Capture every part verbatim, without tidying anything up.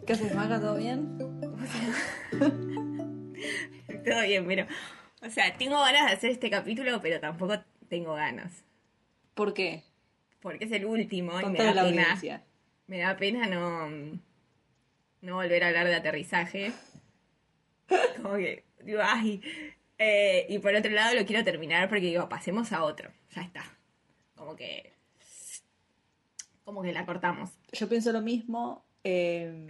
¿Qué haces, Maca? ¿Todo bien? Todo bien, pero... O sea, tengo ganas de hacer este capítulo, pero tampoco tengo ganas. ¿Por qué? Porque es el último y me Contale a da la pena. audiencia. Me da pena no... No volver a hablar de aterrizaje. Como que... Digo, ay... Eh, y por otro lado lo quiero terminar porque digo, pasemos a otro. Ya está. Como que... Como que la cortamos. Yo pienso lo mismo. eh,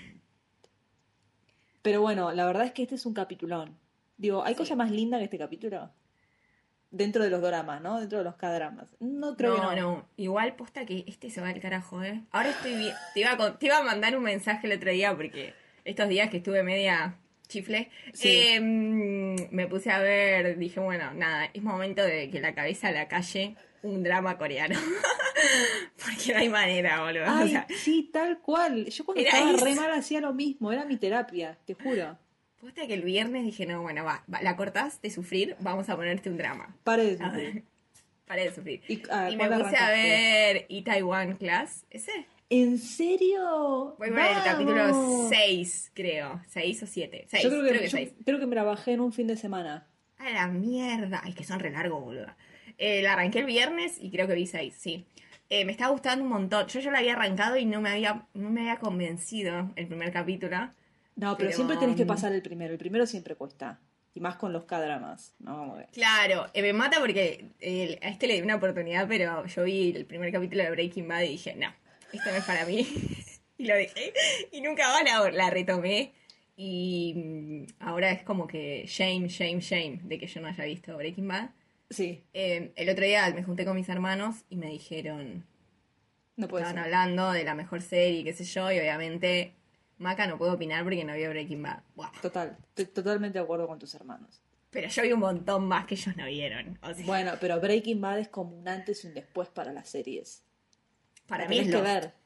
Pero bueno, la verdad es que este es un capitulón. Digo, ¿hay Sí. cosa más linda que este capítulo? Dentro de los doramas, ¿no? Dentro de los K-dramas. No creo No, que no. no. Igual posta que este se va al carajo, ¿eh? Ahora estoy bien. Te iba, a, con- te iba a mandar un mensaje el otro día porque estos días que estuve media chifle, Sí. eh, mm, me puse a ver, dije, bueno, nada, es momento de que la cabeza la calle un drama coreano. Porque no hay manera, boludo. O Ay, sea, sí, tal cual. Yo cuando era estaba eso. re mal hacía lo mismo. Era mi terapia, te juro. Posta que el viernes dije, no, bueno, va, va, la cortás de sufrir, vamos a ponerte un drama. Pare de A sufrir. ver, paré de sufrir. ¿Y, ah, Y me cuál puse a arrancaste? ver Itaewon Class, ¿ese? ¿En serio? Voy por el capítulo ¡Vamos! seis, creo. seis o siete. seis, Yo creo que, creo que yo seis. creo que me la bajé en un fin de semana. A la mierda. Ay, que son re largos, boludo. Eh, la arranqué el viernes y creo que vi seis, sí. Eh, me estaba gustando un montón. Yo ya la había arrancado y no me había, no me había convencido el primer capítulo. No, pero Pero, siempre tenés que um, pasar el primero. El primero siempre cuesta. Y más con los K-dramas. No, vamos a ver. Claro, eh, me mata porque eh, a este le di una oportunidad, pero yo vi el primer capítulo de Breaking Bad y dije, no, esto no es para mí. Y lo dejé. Y nunca más la, la retomé. Y mm, ahora es como que shame, shame, shame de que yo no haya visto Breaking Bad. Sí, Eh, el otro día me junté con mis hermanos y me dijeron, no puede estaban ser. hablando de la mejor serie, qué sé yo, y obviamente Maca no puedo opinar porque no vio Breaking Bad. Buah. Total, estoy totalmente de acuerdo con tus hermanos. Pero yo vi un montón más que ellos no vieron. O sea, Bueno, pero Breaking Bad es como un antes y un después para las series. para La mí es tenés que Lost. ver.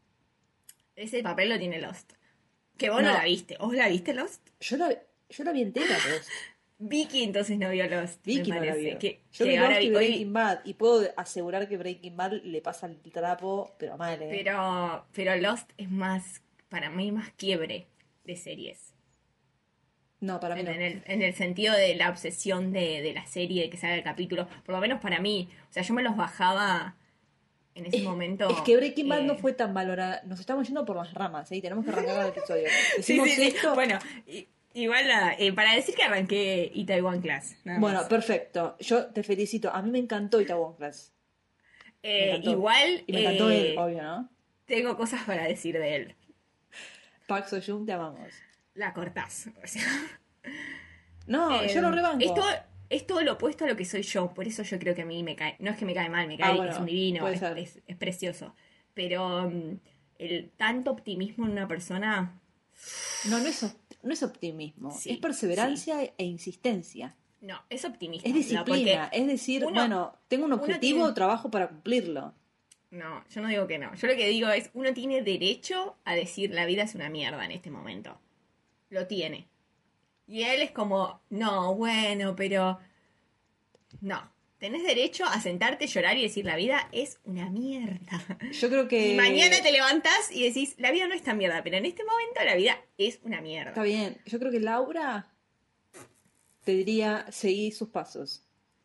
Ese papel lo tiene Lost. Que vos no, No. la viste. ¿Vos la viste Lost? Yo la, yo la vi entera, pues. Vicky entonces no vio Lost. Vicky me no la parece. vio. Que, Yo que vi ahora Lost y vi- hoy- Breaking Bad. Y puedo asegurar que Breaking Bad le pasa el trapo, pero mal, ¿eh? Pero, pero Lost es más, para mí, más quiebre de series. No, para mí En, no. en el, en el sentido de la obsesión de, de la serie, de que salga el capítulo. Por lo menos para mí. O sea, yo me los bajaba en ese Es, momento. es que Breaking Bad eh, no fue tan valorada. Nos estamos yendo por las ramas, ¿eh? Tenemos que arrancar el episodio. Sí, Decimos sí, sí. esto. Bueno, i- igual nada, eh, para decir que arranqué Itaewon Class. Nada Bueno, más. perfecto. Yo te felicito. A mí me encantó Itaewon Class. Me Eh, encantó. igual Y me encantó él, eh, obvio, ¿no? tengo cosas para decir de él. Park Seo-joon, te amamos. La cortás. O sea, No, eh, yo lo rebanco. es, todo, es todo lo opuesto a lo que soy yo. Por eso yo creo que a mí me cae. No es que me cae mal, me cae, Ah, bueno, es un divino, puede es, ser. es- es precioso. Pero mm, el tanto optimismo en una persona. No, no es, op- no es optimismo. Sí, es perseverancia e insistencia. No, es optimista. Es no, disciplina. porque Es decir, uno- bueno, tengo un uno objetivo, tiene- trabajo para cumplirlo. No, yo no digo que no. Yo lo que digo es, uno tiene derecho a decir la vida es una mierda en este momento. Lo tiene. Y él es como, no, bueno, pero... No. Tenés derecho a sentarte, llorar y decir la vida es una mierda. Yo creo que... Y mañana te levantás y decís, la vida no es tan mierda, pero en este momento la vida es una Está mierda. bien. Yo creo que Laura te diría seguir sus pasos.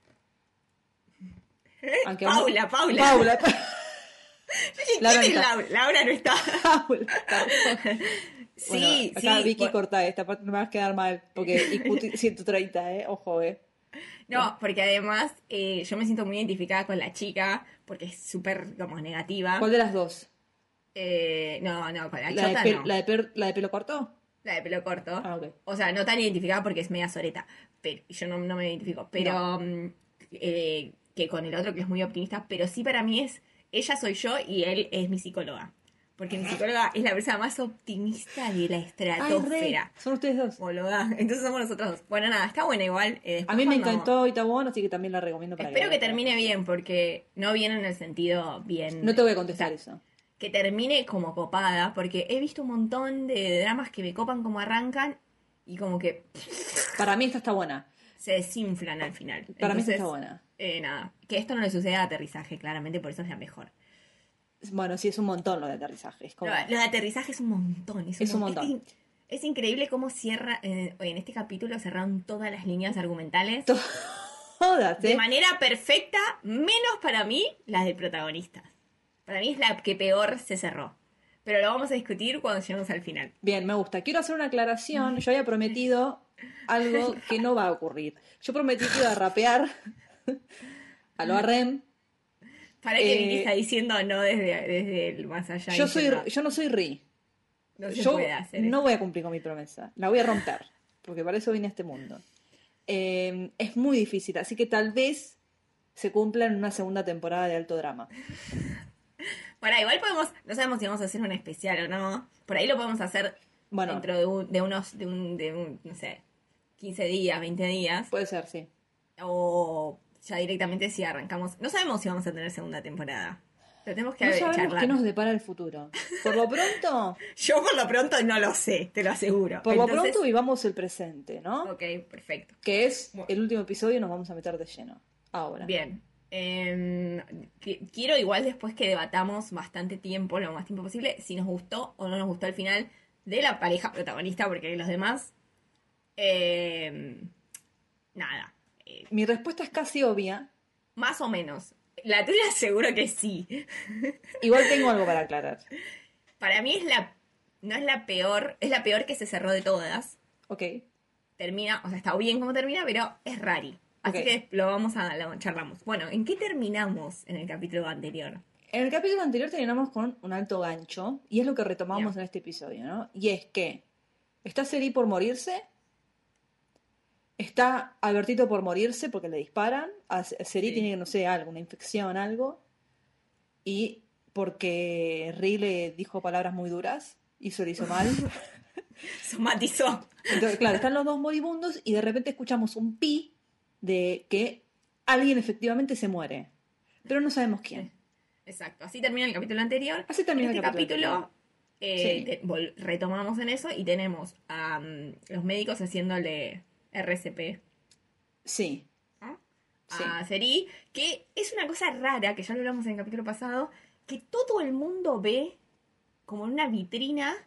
Aunque aún- Paula, Paula. Paula. ¿Quién Laura es está. Laura? Laura no está. Paula. perdón. Sí, Bueno, acá sí. Vicky por- corta esta parte, no me vas a quedar mal. Porque I Q ciento treinta, ¿eh? Ojo, ¿eh? No, porque además eh, yo me siento muy identificada con la chica, porque es súper como negativa. ¿Cuál de las dos? Eh, no, no, con la, ¿La de, chota pel- no. la, de per- la de pelo corto? La de pelo corto. Ah, ok. O sea, no tan identificada porque es media soreta. Pero yo no, no me identifico. Pero mm, eh, que con el otro que es muy optimista. Pero sí para mí es, ella soy yo y él es mi psicóloga. Porque mi psicóloga es la persona más optimista de la Ay, re. estratosfera. Son ustedes dos. Boluda. Entonces somos nosotros dos. Bueno, nada, está buena igual. Eh, después A mí me cuando- encantó Itaewon, así que también la recomiendo para Espero que que termine bien, porque no viene en el sentido bien. No te voy a contestar o sea, eso. Que termine como copada, porque he visto un montón de dramas que me copan como arrancan y como que Para mí esta está buena. se desinflan al final. Para mí esta Entonces, está buena. eh, nada, que esto no le suceda a aterrizaje, claramente, por eso es la mejor. Bueno, sí, es un montón lo de aterrizaje. Es como... Lo, lo de aterrizaje es un montón. Es un, Es un mon- montón. Es, in- es increíble cómo cierra. Eh, en este capítulo cerraron todas las líneas argumentales. Todas, De ¿eh? manera perfecta, menos para mí las del protagonista. Para mí es la que peor se cerró. Pero lo vamos a discutir cuando lleguemos al final. Bien, me gusta. Quiero hacer una aclaración. Yo había prometido algo que no va a ocurrir. Yo prometí que iba a rapear a lo Arrem. Para que Eh, Vicky está diciendo no desde, desde el más allá. Yo, dice, soy, no, yo no soy Ri. no se Yo puede hacer no eso. voy a cumplir con mi promesa. La voy a romper. Porque para eso vine a este mundo. Eh, es muy difícil. Así que tal vez se cumpla en una segunda temporada de Alto Drama. Bueno, igual podemos, no sabemos si vamos a hacer un especial o no. Por ahí lo podemos hacer Bueno, dentro de, un- de unos, de un, de un, no sé, quince días, veinte días. puede ser, sí. O ya directamente si arrancamos. No sabemos si vamos a tener segunda temporada. Pero tenemos que No sabemos charlar. qué nos depara el futuro. Por lo pronto, Yo por lo pronto no lo sé, te lo aseguro. por lo Entonces- pronto vivamos el presente, ¿no? Ok, perfecto. Que es Bueno. el último episodio y nos vamos a meter de lleno. Ahora. Bien. Eh, qui- quiero igual después que debatamos bastante tiempo, lo más tiempo posible, si nos gustó o no nos gustó el final de la pareja protagonista, porque los demás... eh, nada. Eh, Mi respuesta es casi obvia. más o menos. La tuya seguro que sí. Igual tengo algo para aclarar. Para mí es la... No es la peor, es la peor que se cerró de todas. Ok. Termina, o sea, está bien como termina, pero es rari. Así Ok. que lo vamos a, lo charlamos. Bueno, ¿en qué terminamos en el capítulo anterior? En el capítulo anterior terminamos con un alto gancho. Y es lo que retomamos Bien. en este episodio, ¿no? Y es que está Seri por morirse. Está Albertito por morirse porque le disparan. A Seri Sí. tiene, no sé, algo, una infección, algo. Y porque Ri le dijo palabras muy duras y se lo hizo mal. Somatizó. Entonces, claro, están los dos moribundos y de repente escuchamos un pi de que alguien efectivamente se muere. Pero no sabemos quién. Exacto, así termina el capítulo anterior. Así termina En el este capítulo capítulo eh, Sí. te- vol- retomamos en eso y tenemos a mm, los médicos haciéndole R C P Sí, ¿no? sí. a Seri, que es una cosa rara, que ya lo hablamos en el capítulo pasado, que todo el mundo ve como en una vitrina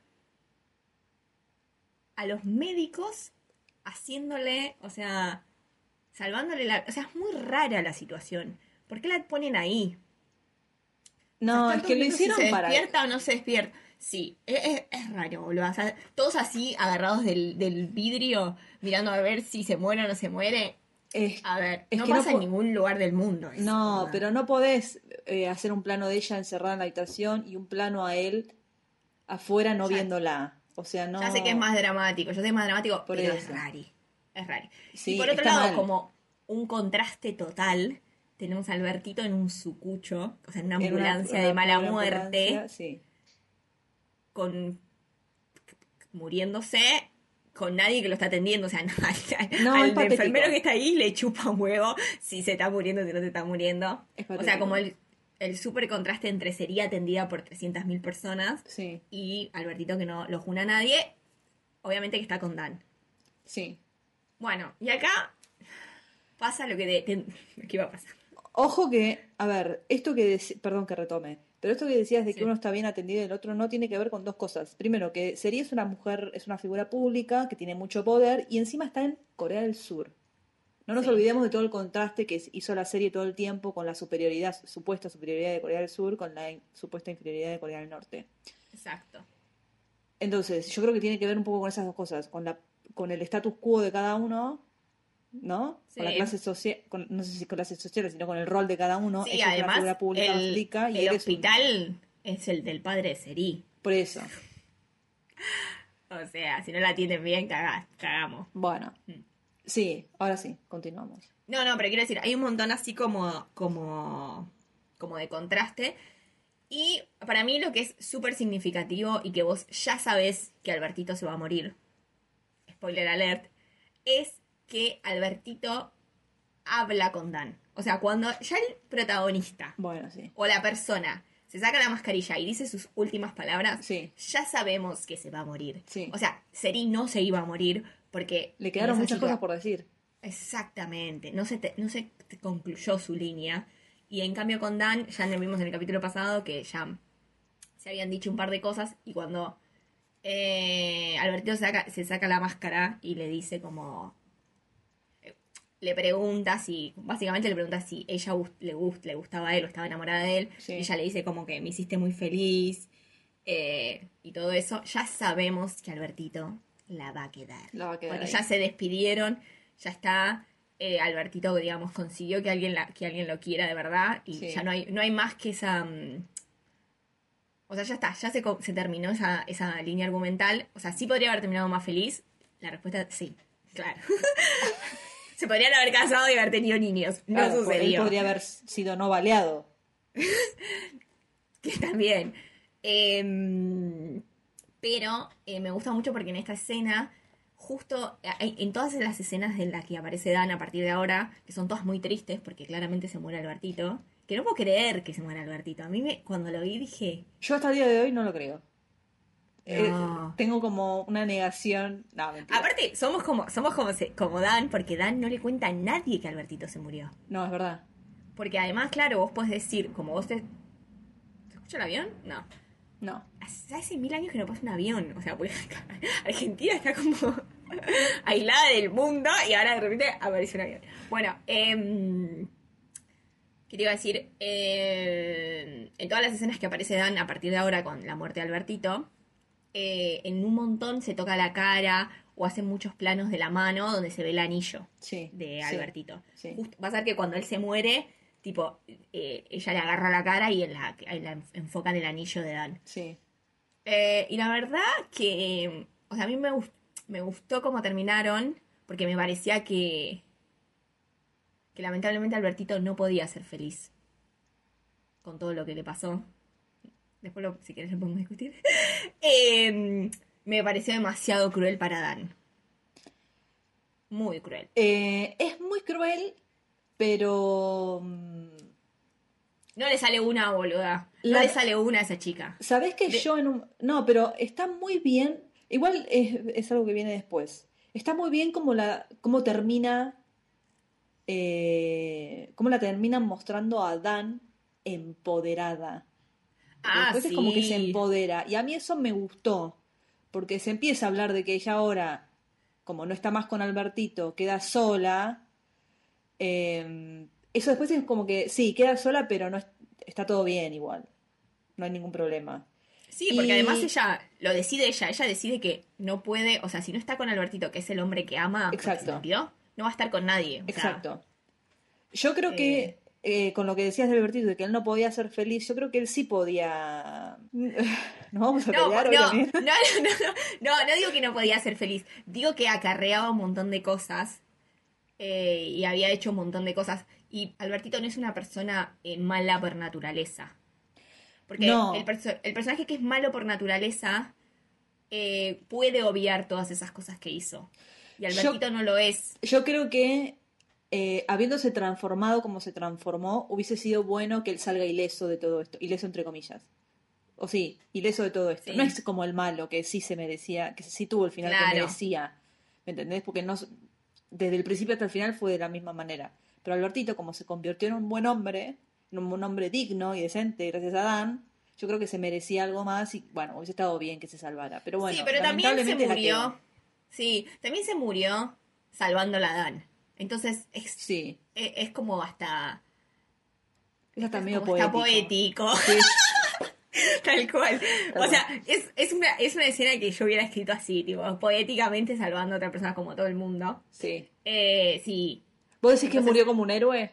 a los médicos haciéndole, o sea, salvándole la... O sea, es muy rara la situación. ¿Por qué la ponen ahí? No, O sea, es están que lo todos viendo hicieron si se para... despierta o no se despierta. Sí, es, es- es raro, boludo. O sea, todos así agarrados del, del vidrio, mirando a ver si se muere o no se muere. es- A ver, Es no que no pasa po- en ningún lugar del mundo eso, No, boluda. pero no podés eh, hacer un plano de ella encerrada en la habitación y un plano a él afuera no Ya- viéndola. O sea, no... Ya sé que es más dramático, yo sé que es más dramático, Por pero eso. es rari. Es rari. Sí, y por otro está lado, mal. como un contraste total, tenemos a Albertito en un sucucho, o sea, en una En una- ambulancia una de mala pobre muerte, ambulancia, sí. con muriéndose con nadie que lo está atendiendo, o sea, no, al, No, al es patético. enfermero que está ahí le chupa un huevo si se está muriendo, si no se está muriendo. Es O sea, patético. como el, el súper contraste entre sería atendida por trescientas mil personas Sí, y Albertito que no lo juna a nadie, obviamente que está con Dan. sí. Bueno, y acá pasa lo que, de, te- ¿qué iba a pasar? Ojo que, a ver, esto que dec- perdón que retome, pero esto que decías de que Sí. uno está bien atendido y el otro no tiene que ver con dos cosas. Primero, que Seri es una mujer, es una figura pública que tiene mucho poder y encima está en Corea del Sur. No nos Sí. olvidemos de todo el contraste que hizo la serie todo el tiempo con la superioridad, supuesta superioridad de Corea del Sur con la in- supuesta inferioridad de Corea del Norte. Exacto. Entonces, yo creo que tiene que ver un poco con esas dos cosas, con la con el status quo de cada uno, ¿no? Sí. Con la clase social, no sé si con clases sociales, sino con el rol de cada uno. Sí, Ella es una además, figura pública el, rica y el él es un- hospital es el del padre de Seri. Por eso. O sea, si no la atienden bien, cagás, cagamos. Bueno. Mm. Sí, ahora sí, continuamos. No, no, pero quiero decir, hay un montón así como, como, como de contraste. Y para mí lo que es súper significativo y que vos ya sabés que Albertito se va a morir, spoiler alert, es que Albertito habla con Dan. O sea, cuando ya el protagonista Bueno, sí. o la persona se saca la mascarilla y dice sus últimas palabras, Sí. ya sabemos que se va a morir. Sí. O sea, Seri no se iba a morir porque... Le quedaron en esa muchas situa- cosas por decir. Exactamente, no se, te- no se te concluyó su línea. Y en cambio con Dan, ya lo vimos en el capítulo pasado, que ya se habían dicho un par de cosas y cuando eh, Albertito se saca, se saca la máscara y le dice como... Le pregunta si, básicamente le pregunta si ella gust, le, gust, le gustaba a él o estaba enamorada de él. Sí. Y ella le dice como que me hiciste muy feliz eh, y todo eso. Ya sabemos que Albertito la va a quedar. La va a quedar Porque ahí. ya se despidieron, ya está. Eh, Albertito, digamos, consiguió que alguien, la, que alguien lo quiera de verdad. Y Sí. ya no hay, no hay más que esa... Um, o sea, ya está, ya se, se terminó esa, esa línea argumental. O sea, ¿sí podría haber terminado más feliz? La respuesta es sí, claro. Se podrían haber casado y haber tenido niños. No Claro, sucedió. Él podría haber sido no baleado. Que también. Eh, pero eh, me gusta mucho porque en esta escena, justo hay- en todas las escenas en las que aparece Dan a partir de ahora, que son todas muy tristes porque claramente se muere Albertito, que no puedo creer que se muera Albertito. A mí me, cuando lo vi dije, Yo hasta el día de hoy no lo creo. Eh, no. tengo como una negación. No, mentira. Aparte, somos como, somos como, se- como Dan, porque Dan no le cuenta a nadie que Albertito se murió. No, es verdad. Porque además, claro, vos podés decir, como vos te... ¿Se escucha el avión? No. No. Hace hace mil años que no pasa un avión. O sea, porque Argentina está como aislada del mundo y ahora de repente aparece un avión. Bueno, eh, ¿qué te iba a decir? Eh, en todas las escenas que aparece Dan a partir de ahora con la muerte de Albertito, eh, en un montón se toca la cara o hacen muchos planos de la mano donde se ve el anillo Sí. de sí, Albertito. Sí. Justo, va a ser que cuando él se muere, tipo, eh, ella le agarra la cara y en la, en la enfocan el anillo de Dan. Sí. Eh, y la verdad que, o sea, a mí me, gust- me gustó cómo terminaron, porque me parecía que, que lamentablemente Albertito no podía ser feliz con todo lo que le pasó. Después, lo, si querés, lo podemos discutir. Eh, me pareció demasiado cruel para Dan. Muy cruel. Eh, es muy cruel, pero. mm, No le sale una, boluda. No La- le sale una a esa chica. ¿Sabés que De- yo en un... No, pero está muy bien. Igual es, es algo que viene después. Está muy bien como la, cómo termina. Eh, cómo la terminan mostrando a Dan empoderada. Porque Ah, después es como que se sí. empodera. Y a mí eso me gustó. Porque se empieza a hablar de que ella ahora, como no está más con Albertito, queda sola. Eh, eso después es como que, sí, queda sola, pero no es- está todo bien igual. No hay ningún problema. Sí, porque Y- además ella lo decide ella, ella decide que no puede, o sea, si no está con Albertito, que es el hombre que ama, porque Exacto. se limpió, no va a estar con nadie. O sea, Exacto. Yo creo eh, que, eh, con lo que decías de Albertito, de que él no podía ser feliz, yo creo que él sí podía... Nos vamos a no, pelear no, hoy no, también. no, no, no, no digo que no podía ser feliz, digo que acarreaba un montón de cosas eh, y había hecho un montón de cosas. Y Albertito no es una persona eh, mala por naturaleza. Porque No. el, perso- el personaje que es malo por naturaleza eh, puede obviar todas esas cosas que hizo. Y Albertito no lo es. Yo creo que, eh, habiéndose transformado como se transformó, hubiese sido bueno que él salga ileso de todo esto. Ileso entre comillas. O sí, ileso de todo esto. Sí. No es como el malo, que sí se merecía, que sí tuvo el final Claro. que merecía. ¿Me entendés? Porque no, desde el principio hasta el final fue de la misma manera. Pero Albertito, como se convirtió en un buen hombre, en un buen hombre digno y decente, gracias a Dan, yo creo que se merecía algo más y, bueno, hubiese estado bien que se salvara. Pero bueno, sí, pero también se lamentablemente la murió. quedó. Sí, también se murió salvando a la Dan. Entonces es, Sí, es, es como hasta. eso está es medio como hasta poético. poético. Sí, Tal cual. Tal O sea, es, es, una, es una escena que yo hubiera escrito así, tipo, poéticamente salvando a otra persona como todo el mundo. sí. Eh, sí. ¿Vos decís que Entonces- murió como un héroe?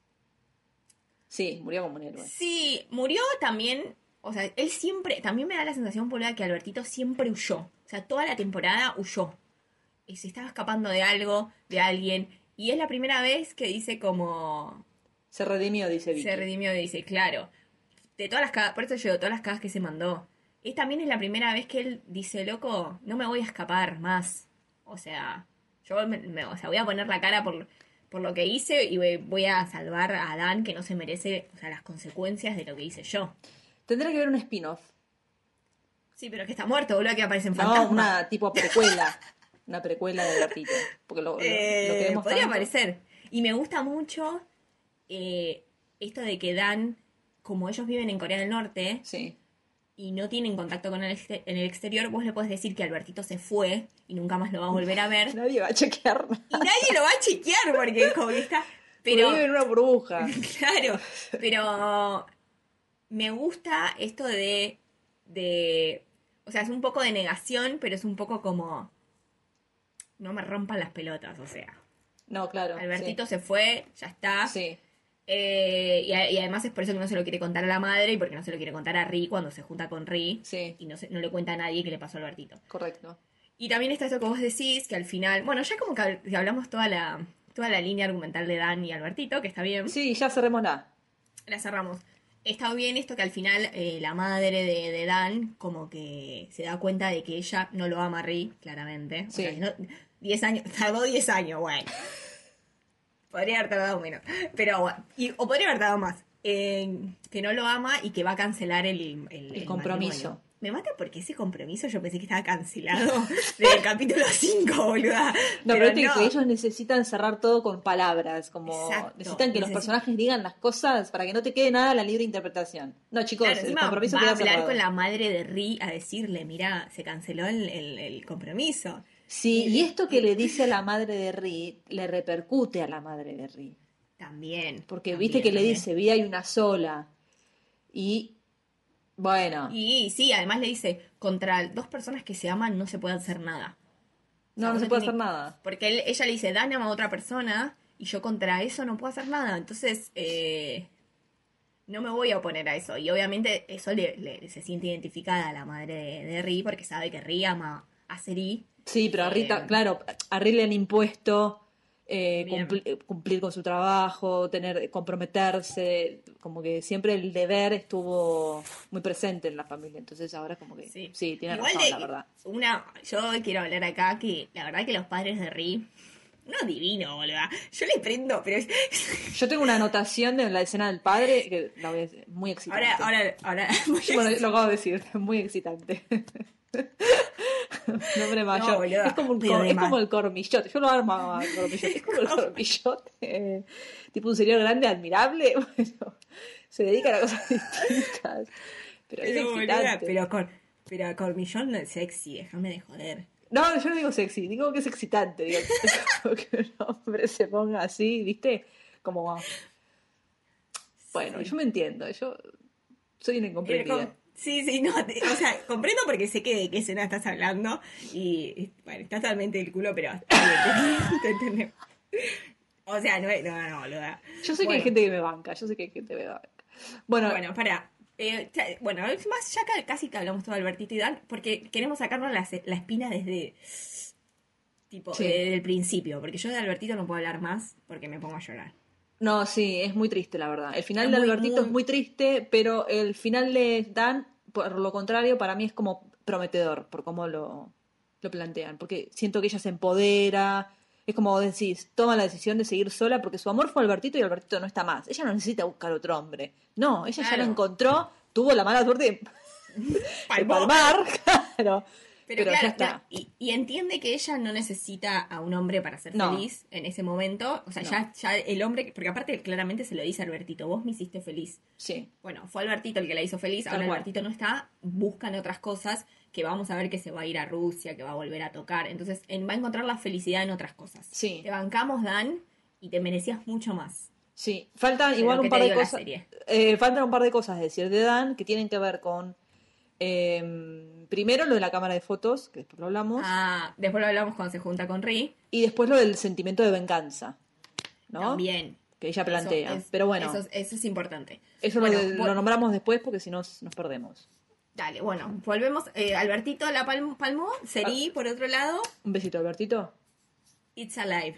Sí, murió como un héroe. Sí, murió también. O sea, él siempre. También me da la sensación, por que Albertito siempre huyó. O sea, toda la temporada huyó. Y se estaba escapando de algo, de alguien. Y es la primera vez que dice como. Se redimió, dice Vicky. Se redimió y dice, claro. De todas las cagas, por eso yo, todas las cagas que se mandó. Es también es la primera vez que él dice, loco, no me voy a escapar más. O sea, yo me, me- o sea, voy a poner la cara por, por lo que hice y voy, voy a salvar a Dan, que no se merece, o sea, las consecuencias de lo que hice yo. Tendrá que haber un spin-off. Sí, pero que está muerto, boludo, que aparece en No, fantasma. una tipo precuela. Una precuela de Albertito. Porque lo, lo- Eh, lo queremos podría tanto. aparecer. Y me gusta mucho eh, esto de que Dan, como ellos viven en Corea del Norte, Sí, y no tienen contacto con el exter- en el exterior, vos le podés decir que Albertito se fue y nunca más lo va a volver a ver. Nadie va a chequear nada. Y nadie lo va a chequear porque es como que está... Pero, Porque vive en una burbuja. claro, pero me gusta esto de, de... O sea, es un poco de negación, pero es un poco como... No me rompan las pelotas, o sea. No, claro. Albertito sí. se fue, ya está. Sí. Eh, y, a- y además es por eso que no se lo quiere contar a la madre y porque no se lo quiere contar a Ri cuando se junta con Ri. Sí. Y no, se- no le cuenta a nadie qué le pasó a Albertito. Correcto. Y también está esto que vos decís, que al final... Bueno, ya como que hab- que hablamos toda la, toda la línea argumental de Dan y Albertito, que está bien. Sí, ya cerrémosla. La cerramos. Está bien esto que al final eh, la madre de, de Dan como que se da cuenta de que ella no lo ama a Ri, claramente. O Sí. sea, que no, diez años, tardó diez años, bueno. Podría haber tardado menos. Pero, bueno, y- o podría haber tardado más. Eh, que no lo ama y que va a cancelar el, el, El compromiso. matrimonio. Me mata porque ese compromiso yo pensé que estaba cancelado desde el capítulo cinco, boluda. No, pero, pero viste no. que ellos necesitan cerrar todo con palabras, como Exacto. necesitan que los Necesi- personajes digan las cosas para que no te quede nada a la libre interpretación. No, chicos, Claro, el encima compromiso va a queda hablar cerrado. con la madre de Ri a decirle, mira, se canceló el, el- el compromiso. Sí, Y- y esto que le dice a la madre de Ri le repercute a la madre de Ri. También. Porque también, viste que le también. dice, vida hay una sola. Y bueno, Y sí, además le dice, contra dos personas que se aman no se puede hacer nada. O sea, no, no uno se puede tiene- hacer nada. Porque él- ella le dice, Dan ama a otra persona y yo contra eso no puedo hacer nada. Entonces, eh, no me voy a oponer a eso. Y obviamente eso le, le- se siente identificada a la madre de, de Ri porque sabe que Ri ama a Seri. Sí, pero a Rita, Eh, claro, a Ri le han impuesto eh, Bien. cumpli- cumplir con su trabajo, tener, comprometerse, como que siempre el deber estuvo muy presente en la familia. Entonces ahora como que sí, Sí. tiene Igual razón, de- la verdad. Una, yo quiero hablar acá que la verdad que los padres de Ri, no divino, boluda. Yo le prendo, pero Yo tengo una anotación de la escena del padre que la voy a decir, muy excitante. ahora, ahora, ahora. Bueno, lo acabo de decir, muy excitante. Nombre mayor. boluda, es como, un pero cor- de es como más. el cormillot. Yo lo armaba el cormillot. Es como el cormillot. eh, tipo un señor grande, admirable. Bueno, se dedican a cosas distintas. Pero es Pero, boluda, excitante. pero con, pero Cormillón no es sexy, déjame de joder. No, yo no digo sexy, digo que es excitante. Digo que un hombre se ponga así, ¿viste? Como. Bueno, Sí. yo me entiendo. Yo soy una Pero incomprendida. con- sí, sí, no, te- o sea, comprendo porque sé que de qué escena estás hablando y, y, bueno, estás totalmente del culo, pero está bien, te, te entendemos. O sea, no, es- no, no, boluda. Yo sé que hay Bueno. gente que me banca, yo sé que hay gente que me banca. Bueno, Bueno, para. Eh, ya- bueno, es más, ya ca- casi que hablamos todo de Albertito y Dan, porque queremos sacarnos la, la espina desde. Tipo, Sí. desde el principio, porque yo de Albertito no puedo hablar más porque me pongo a llorar. no, sí, es muy triste la verdad. El final Es de muy, Albertito muy- es muy triste, pero el final de Dan, por lo contrario, para mí es como prometedor, por cómo lo, lo plantean. Porque siento que ella se empodera, es como vos decís, toma la decisión de seguir sola porque su amor fue Albertito y Albertito no está más. Ella no necesita buscar otro hombre. No, ella ya Claro. lo encontró, tuvo la mala suerte de, de Palmó. palmar, claro. Pero, Pero claro, ya está. claro, y, y entiende que ella no necesita a un hombre para ser No. feliz en ese momento. O sea, No. ya, ya el hombre, porque aparte claramente se lo dice a Albertito, vos me hiciste feliz. Sí, Bueno, fue Albertito el que la hizo feliz, Tal ahora cual. Albertito no está, buscan otras cosas que vamos a ver que se va a ir a Rusia, que va a volver a tocar. Entonces, en- va a encontrar la felicidad en otras cosas. Sí. Te bancamos, Dan, y te merecías mucho más. sí. Faltan Pero igual ¿qué un te par de dio la cosas. serie? Eh, faltan un par de cosas, es decir, de Dan que tienen que ver con eh, primero lo de la cámara de fotos, que después lo hablamos, Ah, después lo hablamos cuando se junta con Ri. y después lo del sentimiento de venganza, ¿no? También. Que ella Eso plantea. es- Pero bueno, Eso, eso, es- eso es importante. lo, Bueno, de- vol- lo nombramos después porque si no nos perdemos. Dale, bueno, volvemos. Eh, Albertito la palm- palmó. Seri, por otro lado, Un besito, Albertito. It's Alive.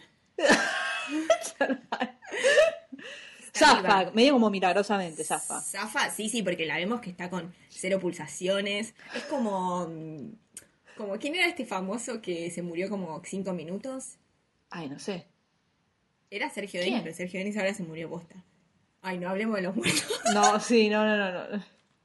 Zafa, viva. medio como milagrosamente, zafa. Zafa, sí, sí, porque la vemos que está con cero pulsaciones. Es como. mm, como ¿quién era este famoso que se murió como cinco minutos? Ay, no sé. Era Sergio ¿Quién? Denis, pero Sergio Denis ahora se murió posta. Ay, no hablemos de los muertos. No, sí, no, no, no, no.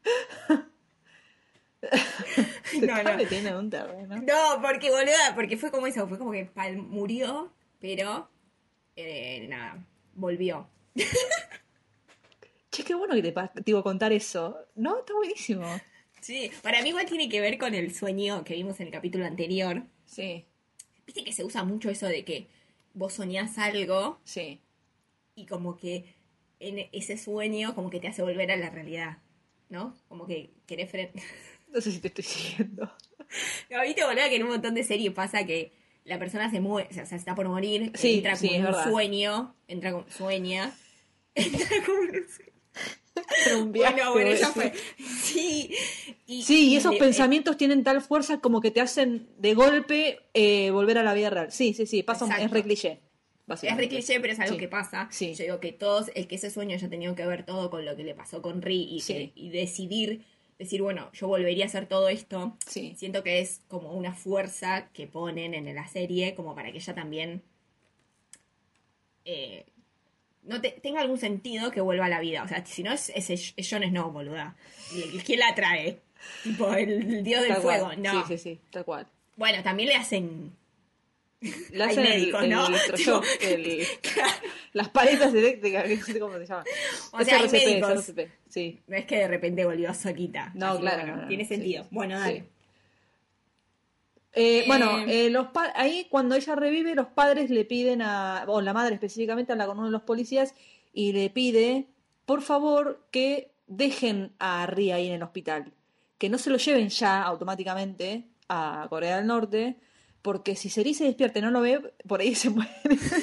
Te No, está no. metiendo en un terreno. No, porque boluda, porque fue como eso, fue como que pal- murió, pero eh, nada, volvió. Che, qué bueno que te, pa- te iba a contar eso. No, está buenísimo. Sí, para mí igual tiene que ver con el sueño que vimos en el capítulo anterior. Sí, Viste que se usa mucho eso de que vos soñás algo sí. y como que en ese sueño como que te hace volver a la realidad, ¿no? Como que querés frenar. No sé si te estoy siguiendo. No, viste, boludo, que en un montón de series pasa que la persona se muere, o sea, se está por morir, Sí, entra sí, como es en un verdad. sueño, entra como, sueña, entra como en un sueño. Era un viaje, Bueno, bueno, voy a ya decir. fue. Sí, y, Sí, y y esos le- eh, pensamientos tienen tal fuerza como que te hacen de golpe eh, volver a la vida real. Sí, sí, sí, pasa, un- es re exacto. cliché, Es re básicamente. cliché, pero es algo Sí, que pasa. sí, Yo digo que todos, el que ese sueño haya tenido que ver todo con lo que le pasó con Ri y que sí, y decidir, decir, bueno, yo volvería a hacer todo esto, sí. siento que es como una fuerza que ponen en la serie como para que ella también eh, no te- tenga algún sentido que vuelva a la vida. O sea, si no es, es, es Jon Snow, boluda. ¿Y quién la trae? Tipo, el, el dios del Tal fuego. cual. Sí, No. sí, sí, tal cual. Bueno, también le hacen. Le Hay hacen el, médicos, el ¿no? Tipo, electroshock, el, claro. las paletas eléctricas, que no sé cómo se llama. O sea, hay S R C P, médicos. S R C P, sí. No es que de repente volvió solita. No, Así que claro, no, bueno, no, tiene no. Sí, sí, sentido. sí. Bueno, Sí. dale. Eh, bueno, Eh, eh, los pa- ahí cuando ella revive, los padres le piden a, o la madre específicamente, habla con uno de los policías y le pide, por favor, que dejen a Ri ahí en el hospital, que no se lo lleven ya automáticamente a Corea del Norte, porque si Seri se despierta y no lo ve, por ahí se muere.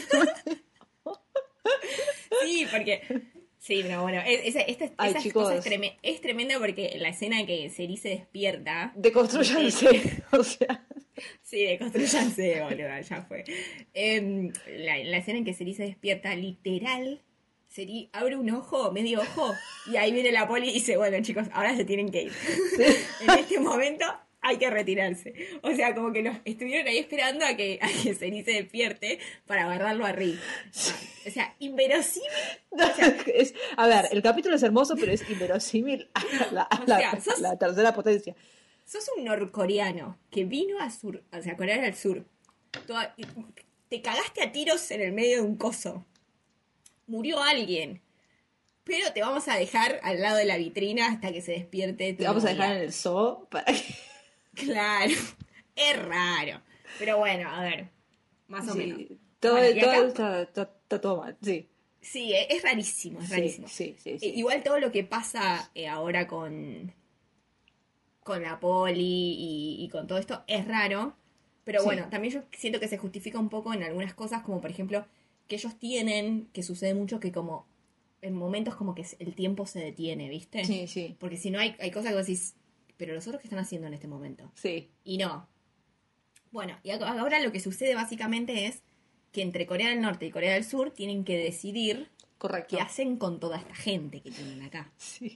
sí, porque. Sí, pero bueno, es- esa, esta, Ay, esa cosa es, chicos, treme- es tremenda porque la escena en que Seri se despierta, literal, deconstruyanse, o sea, sí, deconstruyanse, boludo, ya fue. Em, la, la escena en que Seri se despierta, literal, Seri abre un ojo, medio ojo, y ahí viene la poli y dice, bueno, chicos, ahora se tienen que ir. sí. En este momento hay que retirarse. O sea, como que nos estuvieron ahí esperando a que, a que Seri se despierte para agarrarlo a Rick. Ah, o sea, inverosímil. No, O sea, es- a ver, el capítulo es hermoso, pero es inverosímil a la, a o la- sea, a sos, la tercera potencia. sos un norcoreano que vino a sur, o sea, Corea del Sur. Toda- te cagaste a tiros en el medio de un coso. Murió alguien. Pero te vamos a dejar al lado de la vitrina hasta que se despierte Te tu vamos a dejar novia. en el zoo para que... Claro. Es raro. Pero bueno, a ver. Más o menos. Sí, todo, Bueno, y todo acá, está, está- está todo mal, sí. sí, e- es rarísimo, es Sí, rarísimo. sí, sí, Eh, sí. igual todo lo que pasa eh, ahora con, con la poli y, y con todo esto es raro. Pero Sí, bueno, también yo siento que se justifica un poco en algunas cosas, como por ejemplo, que ellos tienen, que sucede mucho que como en momentos como que el tiempo se detiene, ¿viste? sí, sí, Porque si no hay, hay cosas que vos decís, pero los otros qué están haciendo en este momento. sí, Y no. Bueno, y ac- ahora lo que sucede básicamente es que entre Corea del Norte y Corea del Sur tienen que decidir qué correcto. hacen con toda esta gente que tienen acá. Sí,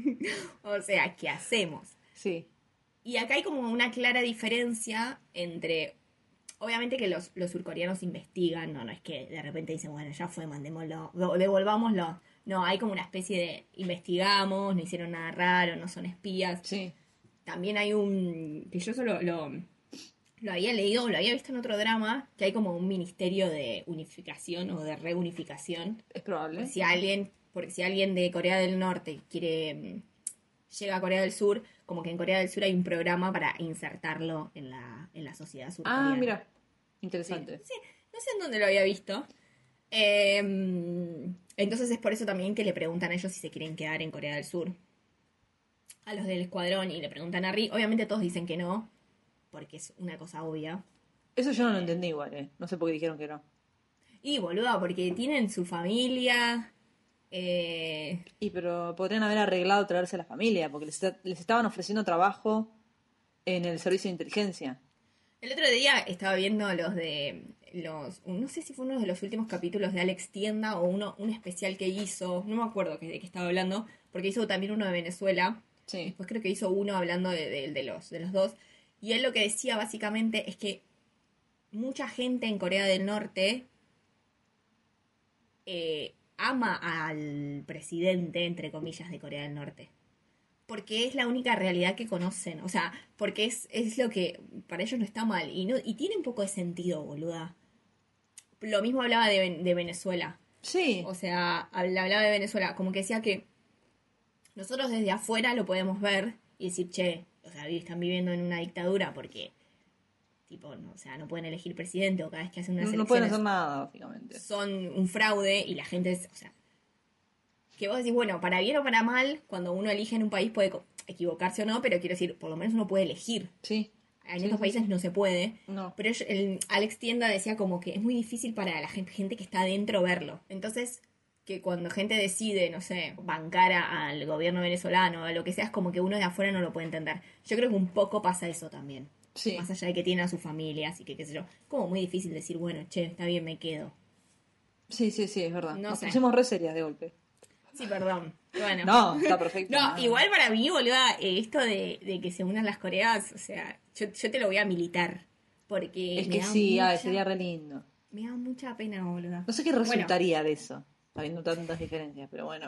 O sea, ¿qué hacemos? sí, Y acá hay como una clara diferencia entre... Obviamente que los, los surcoreanos investigan, no, no es que de repente dicen, bueno, ya fue, mandémoslo, o devolvámoslo. No, hay como una especie de investigamos, no hicieron nada raro, no son espías. sí, También hay un... que yo solo lo, lo había leído, lo había visto en otro drama, que hay como un ministerio de unificación o de reunificación. es Por probable. si alguien, porque si alguien de Corea del Norte quiere mm, llega a Corea del Sur, como que en Corea del Sur hay un programa para insertarlo en la, en la sociedad Ah, surcoreana. mira, Sí, interesante. sí, no sé en dónde lo había visto. Eh, entonces es por eso también que le preguntan a ellos si se quieren quedar en Corea del Sur. A los del escuadrón y le preguntan a Ri. Obviamente todos dicen que no, porque es una cosa obvia. Eso yo no lo entendí igual, eh. No sé por qué dijeron que no. Y boluda, porque tienen su familia. Eh, Y pero podrían haber arreglado traerse a la familia, porque les, está- les estaban ofreciendo trabajo en el servicio de inteligencia. el otro día estaba viendo los de los, no sé si fue uno de los últimos capítulos de Alex Tienda o uno, un especial que hizo, no me acuerdo que- de qué estaba hablando, porque hizo también uno de Venezuela. Sí, Después creo que hizo uno hablando de, de- de los, de los dos. Y él lo que decía básicamente es que mucha gente en Corea del Norte eh, ama al presidente, entre comillas, de Corea del Norte. Porque es la única realidad que conocen. O sea, porque es, es lo que para ellos no está mal. Y, no, y tiene un poco de sentido, boluda. Lo mismo hablaba de, Ven- de Venezuela. sí, O sea, habla- hablaba de Venezuela. Como que decía que nosotros desde afuera lo podemos ver y decir, che, o sea, están viviendo en una dictadura porque, tipo, no, o sea, no pueden elegir presidente o cada vez que hacen unas No, no elecciones pueden hacer nada, básicamente. son un fraude y la gente es, o sea, que vos decís, bueno, para bien o para mal, cuando uno elige en un país puede equivocarse o no, pero quiero decir, por lo menos uno puede elegir. Sí. En sí, estos sí, países sí. no se puede. No. Pero yo- el, Alex Tienda decía como que es muy difícil para la gente, gente que está adentro verlo. Entonces, que cuando gente decide, no sé, bancar a- al gobierno venezolano o lo que sea, es como que uno de afuera no lo puede entender. Yo creo que un poco pasa eso también. Sí. Más allá de que tienen a sus familias y que qué sé yo. Como muy difícil decir, bueno, che, está bien, me quedo. Sí, sí, sí, es verdad. No Nos sé. pusimos re serias de golpe. Sí, perdón. Bueno. No, está perfecto. No, no. igual para mí, boluda, eh, esto de, de que se unan las Coreas, o sea, yo, yo te lo voy a militar. Porque Es me que da sí, mucha, ay, sería re lindo. me da mucha pena, boluda. No sé qué Bueno, resultaría de eso, habiendo tantas diferencias, pero bueno.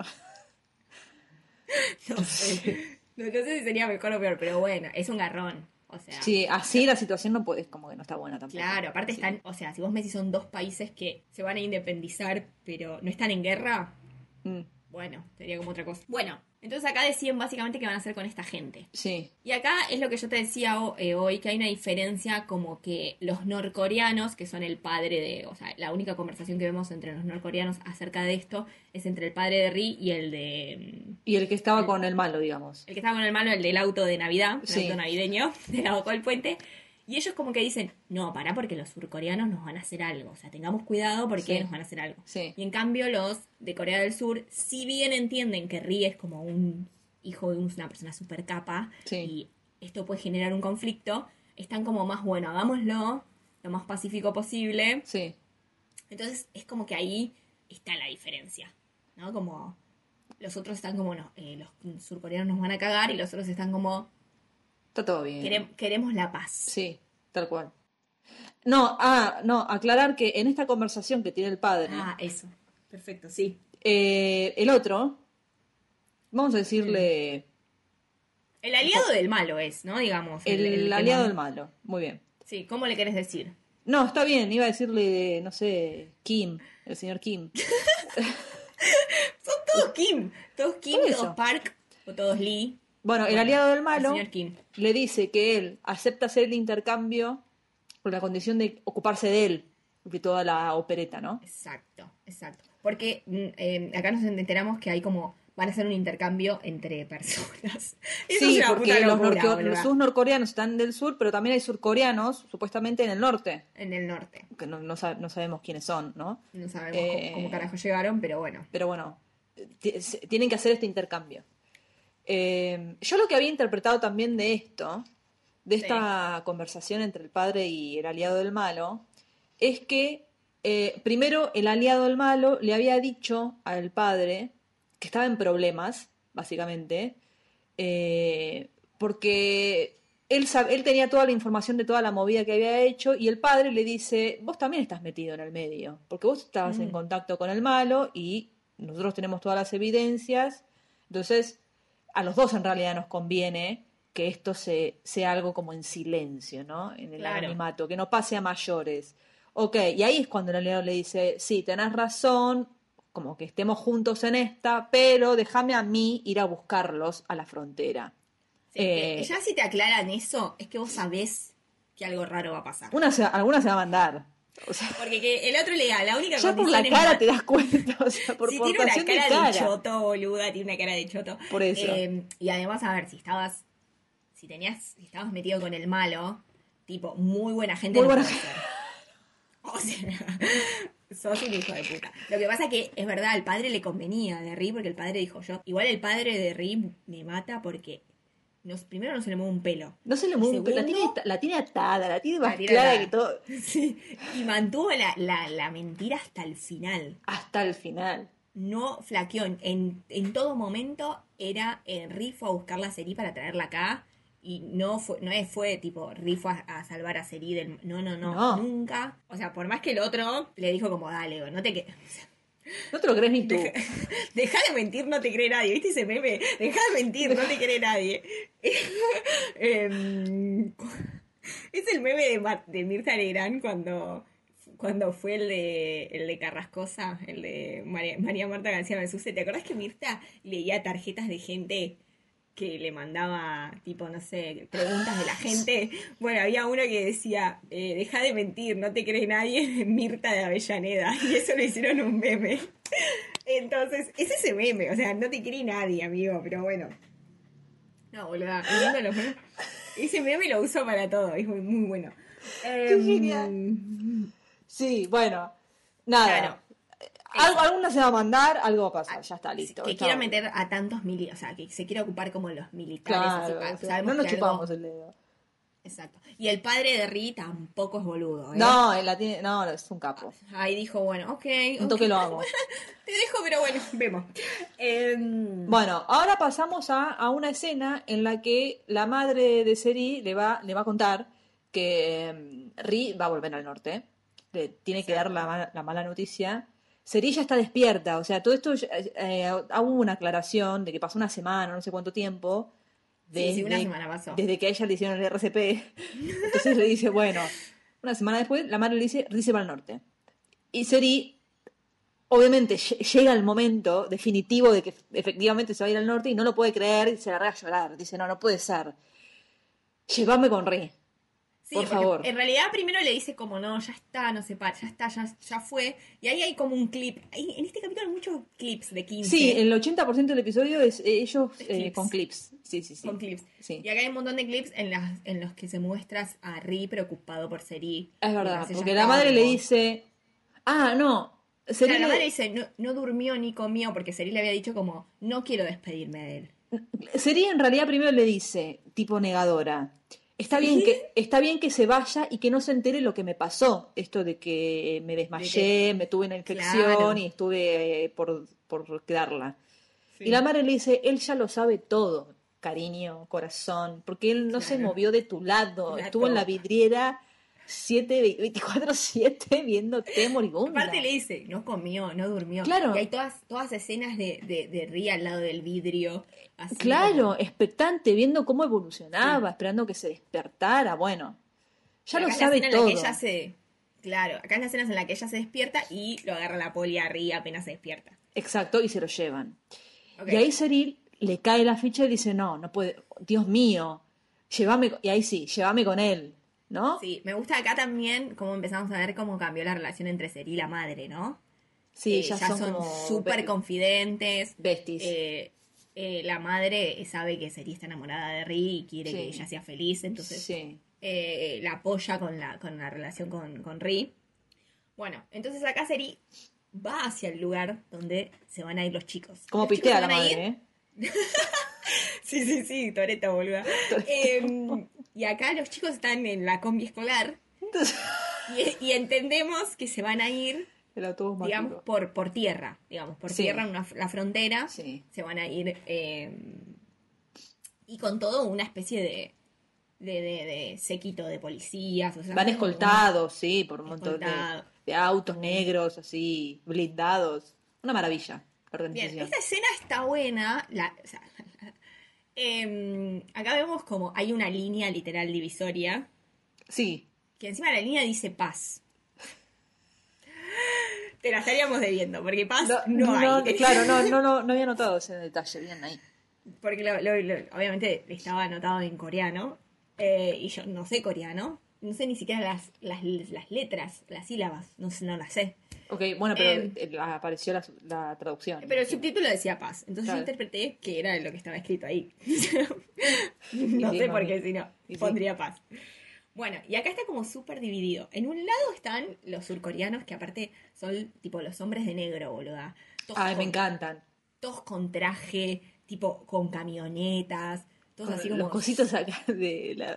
no sé. No, no sé si sería mejor o peor, pero bueno, es un garrón. O sea, Sí, así la situación no puede, es como que no está buena tampoco. claro, aparte Sí. están, o sea, si vos me decís son dos países que se van a independizar, pero no están en guerra, Mm, bueno, sería como otra cosa. Bueno, entonces acá deciden básicamente qué van a hacer con esta gente. sí, Y acá es lo que yo te decía ho- eh, hoy, que hay una diferencia como que los norcoreanos, que son el padre de, o sea, la única conversación que vemos entre los norcoreanos acerca de esto es entre el padre de Ri y el de... mm, y el que estaba El- con el malo, digamos. El que estaba con el malo, el del auto de Navidad, el Sí. auto navideño, de la boca del puente. Y ellos como que dicen, no, pará porque los surcoreanos nos van a hacer algo. O sea, tengamos cuidado porque Sí. nos van a hacer algo. Sí, Y en cambio los de Corea del Sur, si bien entienden que Ri es como un hijo de una persona super capa Sí. y esto puede generar un conflicto, están como más, bueno, hagámoslo lo más pacífico posible. sí. Entonces es como que ahí está la diferencia, ¿no? Como los otros están como, no, eh, los surcoreanos nos van a cagar y los otros están como, Está todo bien. "Querem- queremos la paz. Sí, tal cual. No, ah, no, aclarar que en esta conversación que tiene el padre, Ah, eso. Perfecto, sí. eh, el otro, vamos a decirle El aliado del malo es, ¿no? Digamos. el, el que aliado más- del malo. Muy bien. Sí, ¿cómo le querés decir? No, está bien, iba a decirle, no sé, Kim, el señor Kim. Son todos Kim. Todos Kim, Por eso. todos Park o todos Lee. Bueno, el Bueno, aliado del el malo señor Kim. le dice que él acepta hacer el intercambio con la condición de ocuparse de él, de toda la opereta, ¿no? Exacto, exacto. Porque mm, eh, acá nos enteramos que hay como, van a hacer un intercambio entre personas. Eso Sí, es una porque puta los, locura, norco- boluda. los sus norcoreanos están del sur, pero también hay surcoreanos, supuestamente en el norte, En el norte. que no, no, sab- no sabemos quiénes son, ¿no? No sabemos Eh, cómo, cómo carajo llegaron, pero bueno. Pero bueno, t- se- tienen que hacer este intercambio. Eh, yo lo que había interpretado también de esto, de esta conversación entre el padre y el aliado del malo, es que eh, primero el aliado del malo le había dicho al padre que estaba en problemas, básicamente, eh, porque él, sab- él tenía toda la información de toda la movida que había hecho y el padre le dice, vos también estás metido en el medio, porque vos estabas en Mm. contacto con el malo y nosotros tenemos todas las evidencias, entonces a los dos en realidad nos conviene que esto se, sea algo como en silencio, ¿no? En el Claro. anonimato, que no pase a mayores. Ok, y ahí es cuando el aliado le dice, sí, tenés razón, como que estemos juntos en esta, pero déjame a mí ir a buscarlos a la frontera. Sí, que Eh, ya si te aclaran eso, es que vos sabés que algo raro va a pasar. una se- alguna se va a mandar. O sea, Porque que el otro le da, la única ya por condición la es cara ma- te das cuenta, o sea, por si tiene una portación de cara cara. de choto, boluda, tiene una cara de choto. Por eso. Eh, y además, a ver, si estabas, si tenías, si estabas metido con el malo, tipo, muy buena gente Muy no buena puede ser. O sea, sos un hijo de puta. Lo que pasa que, es verdad, al padre le convenía de Ri, porque el padre dijo yo, igual el padre de Ri me mata porque nos, primero no se le mueve un pelo. No se le Y mueve un pelo, la segundo, tiene, la tiene atada, la tiene La más tiene clara atada. que todo, Sí, y mantuvo la, la, la mentira hasta el final. hasta el final. No flaqueó. En, en, en todo momento era eh, Ri fue a buscar la Seri para traerla acá. Y no fue, no es, fue tipo, Ri fue a, a salvar a Seri del... No, no, no, No. nunca. O sea, por más que el otro le dijo como, dale, no te que... No te lo crees ni tú. Deja de mentir, no te cree nadie. ¿Viste ese meme? Deja de mentir, no te cree nadie. Em, es el meme de, Mar- de Mirta Legrand cuando, cuando fue el de, el de Carrascosa, el de María, María Marta García Mesuse. ¿Te acordás que Mirta leía tarjetas de gente que le mandaba, tipo, no sé, preguntas de la gente. Bueno, había uno que decía, eh, deja de mentir, no te cree nadie, Mirta de Avellaneda. Y eso lo hicieron un meme. Entonces, es ese meme, o sea, no te cree nadie, amigo, pero bueno. No, boluda, el mundo de los memes. Ese meme lo uso para todo, es muy, muy bueno. Qué Em, genial. Sí, bueno, nada. Claro. Algo, alguna se va a mandar, algo va a pasar, ya está, listo. Que chao. quiera meter a tantos militares, o sea, que se quiera ocupar como los militares. Claro, así, o sea, sabemos no nos que chupamos algo... el dedo. Exacto. Y el padre de Ri tampoco es boludo, ¿eh? No, él la tiene, no, es un capo. Ahí dijo, bueno, ok. Un ok, toque lo amo. te dejo, pero bueno, vemos. Em, Bueno, ahora pasamos a, a una escena en la que la madre de Seri le va, le va a contar que em, Ri va a volver al norte. Le tiene que dar la, ma- la mala noticia. Seri ya está despierta, o sea, todo esto ya- eh, hubo una aclaración de que pasó una semana, no sé cuánto tiempo. Sí, sí, una desde- semana pasó. Desde que a ella le hicieron el R C P. Entonces le dice, bueno, una semana después, la madre le dice, Ri se va al norte. Y Seri, obviamente, lle- llega el momento definitivo de que efectivamente se va a ir al norte y no lo puede creer y se agarra a llorar. Dice, no, no puede ser. Llévame con Ri, Sí, por porque favor. en realidad primero le dice como, no, ya está, no se para, ya está, ya, ya fue. Y ahí hay como un clip. Hay- en este capítulo hay muchos clips de quince. Sí, el ochenta por ciento del episodio es eh, ellos Es eh, clips. con clips. Sí, sí, sí. Con clips. Sí. Y acá hay un montón de clips en, las, en los que se muestra a Ri preocupado por Seri. Es verdad, mientras ella porque está la madre le como- dice... Ah, no. Seri Claro, la le- madre dice, no, no durmió ni comió, porque Seri le había dicho como, no quiero despedirme de él. Seri en realidad primero le dice, tipo negadora, está bien que, está bien que se vaya y que no se entere lo que me pasó. Esto de que me desmayé, me tuve una infección Claro. y estuve eh, por, por quedarla. Sí. Y la madre le dice, él ya lo sabe todo, cariño, corazón, porque él no se Claro. movió de tu lado, Claro. estuvo en la vidriera siete, veinticuatro siete viéndote moribunda. Aparte le dice, no comió, no durmió. Claro. Y hay todas, todas escenas de, de, de Ri al lado del vidrio. Así Claro, como- expectante, viendo cómo evolucionaba, esperando que se despertara, bueno, ya Y lo acá es sabe la escena todo. En la que ella se... Claro, acá es la escena en la que ella se despierta y lo agarra la poli a Ri apenas se despierta. Exacto, y se lo llevan. Ok. Y ahí Cyril le cae la ficha y dice, no, no puede, Dios mío, llévame, co-". Y ahí sí, llévame con él, ¿no? Sí, me gusta acá también cómo empezamos a ver cómo cambió la relación entre Seri y la madre, ¿no? Sí, Eh, ya, ya son, son como súper be- confidentes. besties. Eh, eh, la madre sabe que Seri está enamorada de Ri y quiere Sí. que ella sea feliz, entonces Sí. eh, la apoya con la, con la relación con, con Ri. Bueno, entonces acá Seri va hacia el lugar donde se van a ir los chicos. Como Los chicos pitea se la van a ir- madre, ¿eh? Sí, sí, sí, Toreta, boluda. Eh, y acá los chicos están en la combi escolar Entonces, y, y entendemos que se van a ir, el autobús mágico. digamos, por, por tierra, digamos, por Sí. tierra, una, la frontera. Sí. Se van a ir eh, y con todo una especie de, de, de, de séquito de policías. O sea, Van son como escoltados, sí, por un montón de, Escoltado. de autos negros, así, blindados. Una maravilla, la una- Bien, organización. esta escena está buena. La, o sea, em, acá vemos como hay una línea literal divisoria. Sí, Que encima la línea dice paz. Te la estaríamos debiendo, porque paz no, hay. claro, no, no, no, no había notado ese detalle, bien ahí. Porque lo- lo- lo- obviamente estaba anotado en coreano. eh, y yo no sé coreano. No sé ni siquiera las, las, las letras, las sílabas. No, sé, no las sé. Ok, bueno, pero Em. eh, apareció la, la traducción. Pero el subtítulo decía paz. Entonces Claro. yo interpreté que era lo que estaba escrito ahí. no sí, sé mami. por qué, si no, Y sí. pondría paz. Bueno, y acá está como súper dividido. En un lado están los surcoreanos, que aparte son tipo los hombres de negro, boluda. Todos Ay, me con- encantan. Todos con traje, tipo con camionetas, todos Con así los como... cositos acá de la,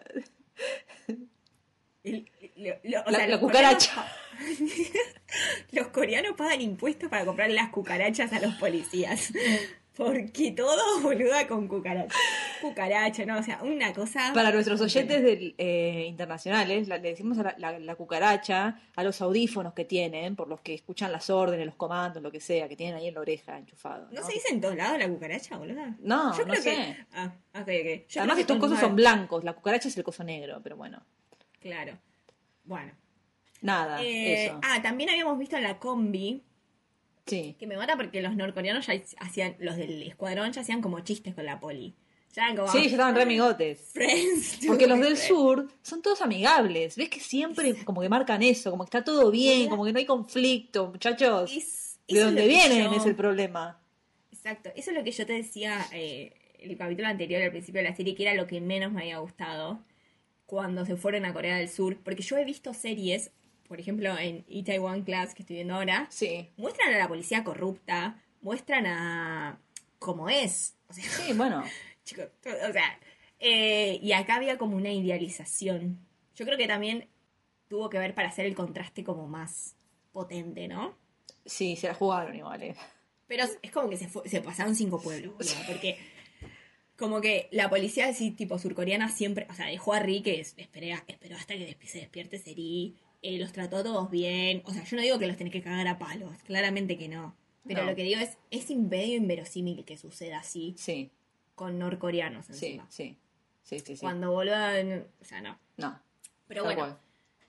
El- lo- lo- o la, sea, la los cucaracha. coreanos- los coreanos pagan impuestos para comprar las cucarachas a los policías. Porque todo boluda con cucaracha. Cucaracha, ¿no? O sea, una cosa... Para nuestros oyentes del, eh, internacionales, la- le decimos a la, la- la cucaracha a los audífonos que tienen, por los que escuchan las órdenes, los comandos, lo que sea, que tienen ahí en la oreja enchufado. ¿no? ¿No se dice en todos lados la cucaracha, boluda? No, Yo no creo sé. que... Ah, ok, ok. Yo creo Además, que estos con- cosos son blancos, la cucaracha es el coso negro, pero bueno, Claro. Bueno. nada, Eh, eso. ah, también habíamos visto en la combi, Sí, que me mata porque los norcoreanos ya hacían, los del escuadrón ya hacían como chistes con la poli. Ya eran como Sí, ya estaban re amigotes. friends. Porque los muy del friends. sur son todos amigables. ¿Ves que siempre como que marcan eso? Como que está todo bien, como que no hay conflicto, muchachos. Es- ¿De eso es dónde lo que vienen yo- es el problema? Exacto, eso es lo que yo te decía eh, el capítulo anterior, al principio de la serie, que era lo que menos me había gustado cuando se fueron a Corea del Sur, porque yo he visto series, por ejemplo en Itaewon Class, que estoy viendo ahora, Sí. muestran a la policía corrupta, muestran a cómo es, o sea, Sí, bueno. chicos, o sea, eh, y acá había como una idealización. Yo creo que también tuvo que ver para hacer el contraste como más potente, ¿no? Sí, se la jugaron igual, eh. Pero es es como que se, fue- se pasaron cinco pueblos, boludo, porque como que la policía así tipo surcoreana siempre, o sea, dejó a Ri que es- esperé a- esperó hasta que desp- se despierte Seri, eh, los trató a todos bien, o sea, yo no digo que los tenés que cagar a palos, claramente que no, pero No. lo que digo es, es in- medio inverosímil que suceda así Sí, con norcoreanos sí, encima. sí. Sí, sí, sí. Cuando boludan, o sea, no. No. Pero tal bueno, cual.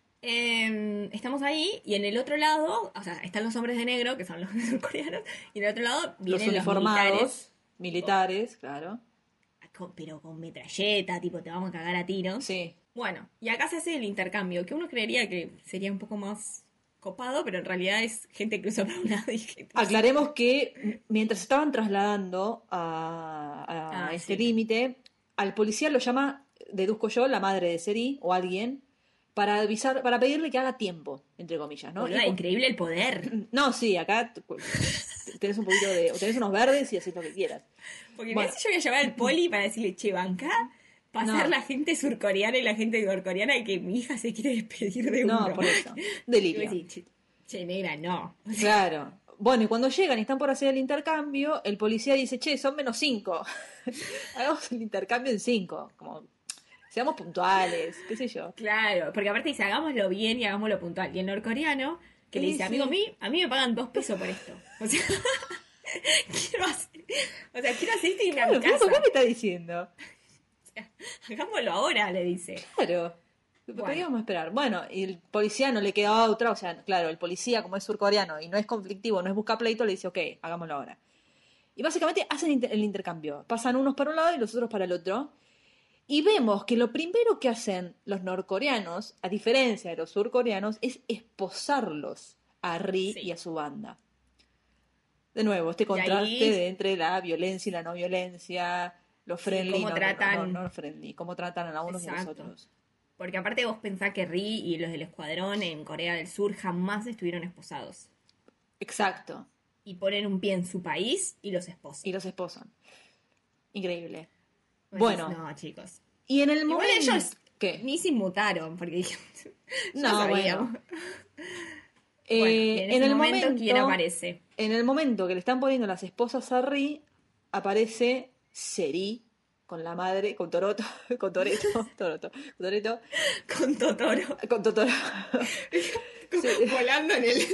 eh, estamos ahí y en el otro lado, o sea, están los hombres de negro, que son los surcoreanos, y en el otro lado Los vienen los, uniformados, militares, militares, claro. con- pero con metralleta, tipo, te vamos a cagar a tiros. Sí. Bueno, y acá se hace el intercambio, que uno creería que sería un poco más copado, pero en realidad es gente que usa para un lado y gente que usa- Aclaremos que mientras estaban trasladando a, a Ah, este sí. límite, al policía lo llama, deduzco yo, la madre de Seri o alguien, para avisar, para pedirle que haga tiempo, entre comillas, ¿no? Boluda, Y cu- increíble el poder. no, sí, acá t- tenés un poquito de, o tenés unos verdes y haces lo que quieras. Porque Bueno. mirá si yo voy a llamar al poli para decirle, che, banca, pasar No. la gente surcoreana y la gente norcoreana y que mi hija se quiere despedir de uno. No, por eso. Y vos Delirio. decís, che, che, negra, no. Claro. Bueno, y cuando llegan y están por hacer el intercambio, el policía dice, che, son menos cinco. Hagamos el intercambio en cinco. Como, seamos puntuales, qué sé yo. Claro, porque aparte dice, hagámoslo bien y hagámoslo puntual. Y el norcoreano, que le Sí, dice, sí. amigo, a mí, a mí me pagan dos pesos por esto. O sea, quiero hacer, o sea, quiero hacer esto y irme a mi Claro, casa. flaco, ¿qué me está diciendo? Hagámoslo ahora, le dice. Claro. Bueno. Podríamos esperar. Bueno, y el policía no le queda otra, o sea, claro, el policía, como es surcoreano y no es conflictivo, no es busca pleito, le dice, ok, hagámoslo ahora. Y básicamente hacen inter- el intercambio. Pasan unos para un lado y los otros para el otro. Y vemos que lo primero que hacen los norcoreanos, a diferencia de los surcoreanos, es esposarlos a Ri Sí. y a su banda. De nuevo, este contraste ahí- de entre la violencia y la no violencia, los friendly, cómo no, no, tratan- no, no friendly, cómo tratan a unos y a los Exacto. otros. Porque aparte vos pensás que Ri y los del escuadrón en Corea del Sur jamás estuvieron esposados. Exacto. Y ponen un pie en su país y los esposan. Y los esposan. Increíble. Vos Bueno. decís, no, chicos. Y en el Igual momento... ellos ¿Qué? ni se inmutaron, porque dijeron, ya No, sabíamos. bueno. Bueno, Eh, y en, en ese el momento, momento, ¿quién aparece? En el momento que le están poniendo las esposas a Ri, aparece Seri con la madre, con Toroto, con Toreto, Toroto, con Toreto, Con Totoro. con Totoro. Sí. Volando en el...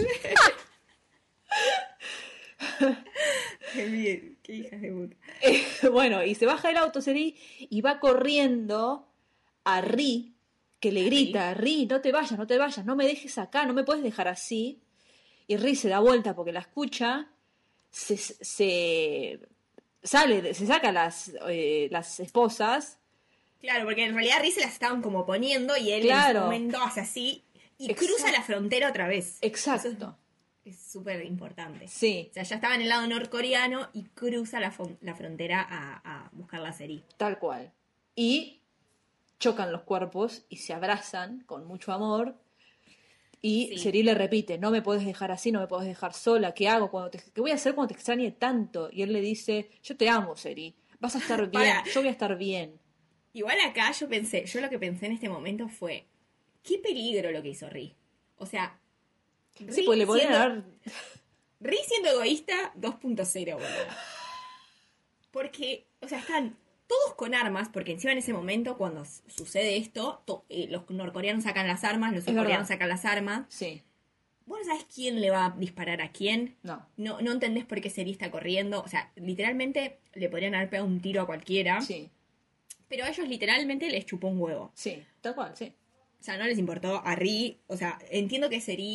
Qué bien, qué hijas de puta. Eh, bueno, y se baja del auto Seri y va corriendo a Ri, que le grita, Ri, no te vayas, no te vayas, no me dejes acá, no me puedes dejar así. Y Ri se da vuelta porque la escucha, se, se sale, se saca las, eh, las esposas. Claro, porque en realidad Ri se las estaban como poniendo y él Claro. en ese momento hace así y Exacto. cruza la frontera otra vez. Exacto. Eso es súper importante. Sí, O sea, ya estaba en el lado norcoreano y cruza la, fon- la frontera a, a buscar la serie. tal cual. Y chocan los cuerpos y se abrazan con mucho amor. Y Sí. Seri le repite, no me puedes dejar así, no me puedes dejar sola, ¿qué hago? Cuando te, ¿Qué voy a hacer cuando te extrañe tanto? Y él le dice, yo te amo, Seri, vas a estar bien, Para. yo voy a estar bien. Igual acá yo pensé, yo lo que pensé en este momento fue, qué peligro lo que hizo Ri. O sea, Sí, Ri pues le podrían siendo- haber... Ri siendo egoísta dos punto cero, boludo. Porque, o sea, están todos con armas, porque encima en ese momento, cuando s- sucede esto, to- eh, los norcoreanos sacan las armas, los Es surcoreanos verdad. sacan las armas. Sí, ¿Vos no sabés quién le va a disparar a quién? no, No, no entendés por qué Seri está corriendo. O sea, literalmente le podrían haber pegado un tiro a cualquiera. sí, Pero a ellos literalmente les chupó un huevo. sí, tal cual, sí. O sea, no les importó a Ri. O sea, entiendo que Seri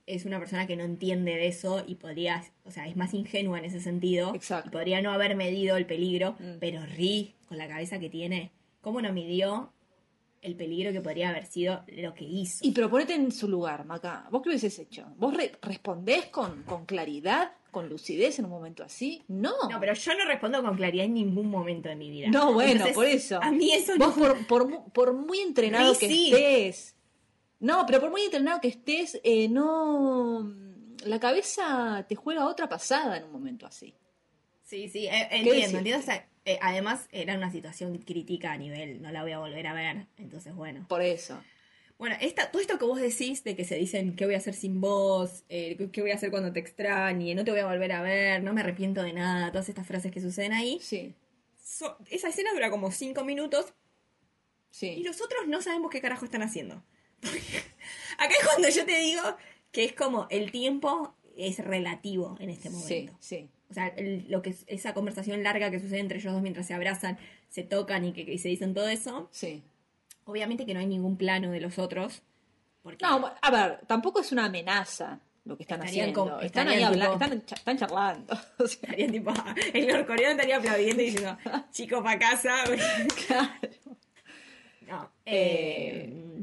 es una persona que no entiende de eso y podría, o sea, es más ingenua en ese sentido. Exacto. Y podría no haber medido el peligro, Mm. pero Ri, con la cabeza que tiene, ¿cómo no midió el peligro que podría haber sido lo que hizo? Y pero ponete en su lugar, Maca. ¿Vos qué hubieses hecho? ¿Vos re- respondés con, con claridad, con lucidez en un momento así? No. No, pero yo no respondo con claridad en ningún momento de mi vida. No, bueno, Entonces, por eso. A mí eso Vos no... por, por, mu- por muy entrenado Ri que sí. estés. No, pero por muy entrenado que estés, eh, no. La cabeza te juega otra pasada en un momento así. Sí, sí, eh, ¿Qué entiendo, decís? entiendo. O sea, eh, además, era una situación crítica a nivel, no la voy a volver a ver. Entonces, bueno. Por eso. Bueno, esta, todo esto que vos decís de que se dicen qué voy a hacer sin vos, eh, qué- qué voy a hacer cuando te extrañe, no te voy a volver a ver, no me arrepiento de nada, todas estas frases que suceden ahí. Sí, So- esa escena dura como cinco minutos y sí. los otros no sabemos qué carajo están haciendo. Acá es cuando yo te digo que es como el tiempo es relativo en este Sí, momento. sí. O sea, el- lo que es- esa conversación larga que sucede entre ellos dos mientras se abrazan, se tocan y que, que se dicen todo eso. Sí. Obviamente que no hay ningún plano de los otros. Porque No, a ver, tampoco es una amenaza lo que están Estarían haciendo. como- están estarían ahí hablando, tipo- están, cha- están charlando. O sea, estarían tipo, el norcoreano estaría aplaudiendo y diciendo, chico pa' casa. claro. No, eh,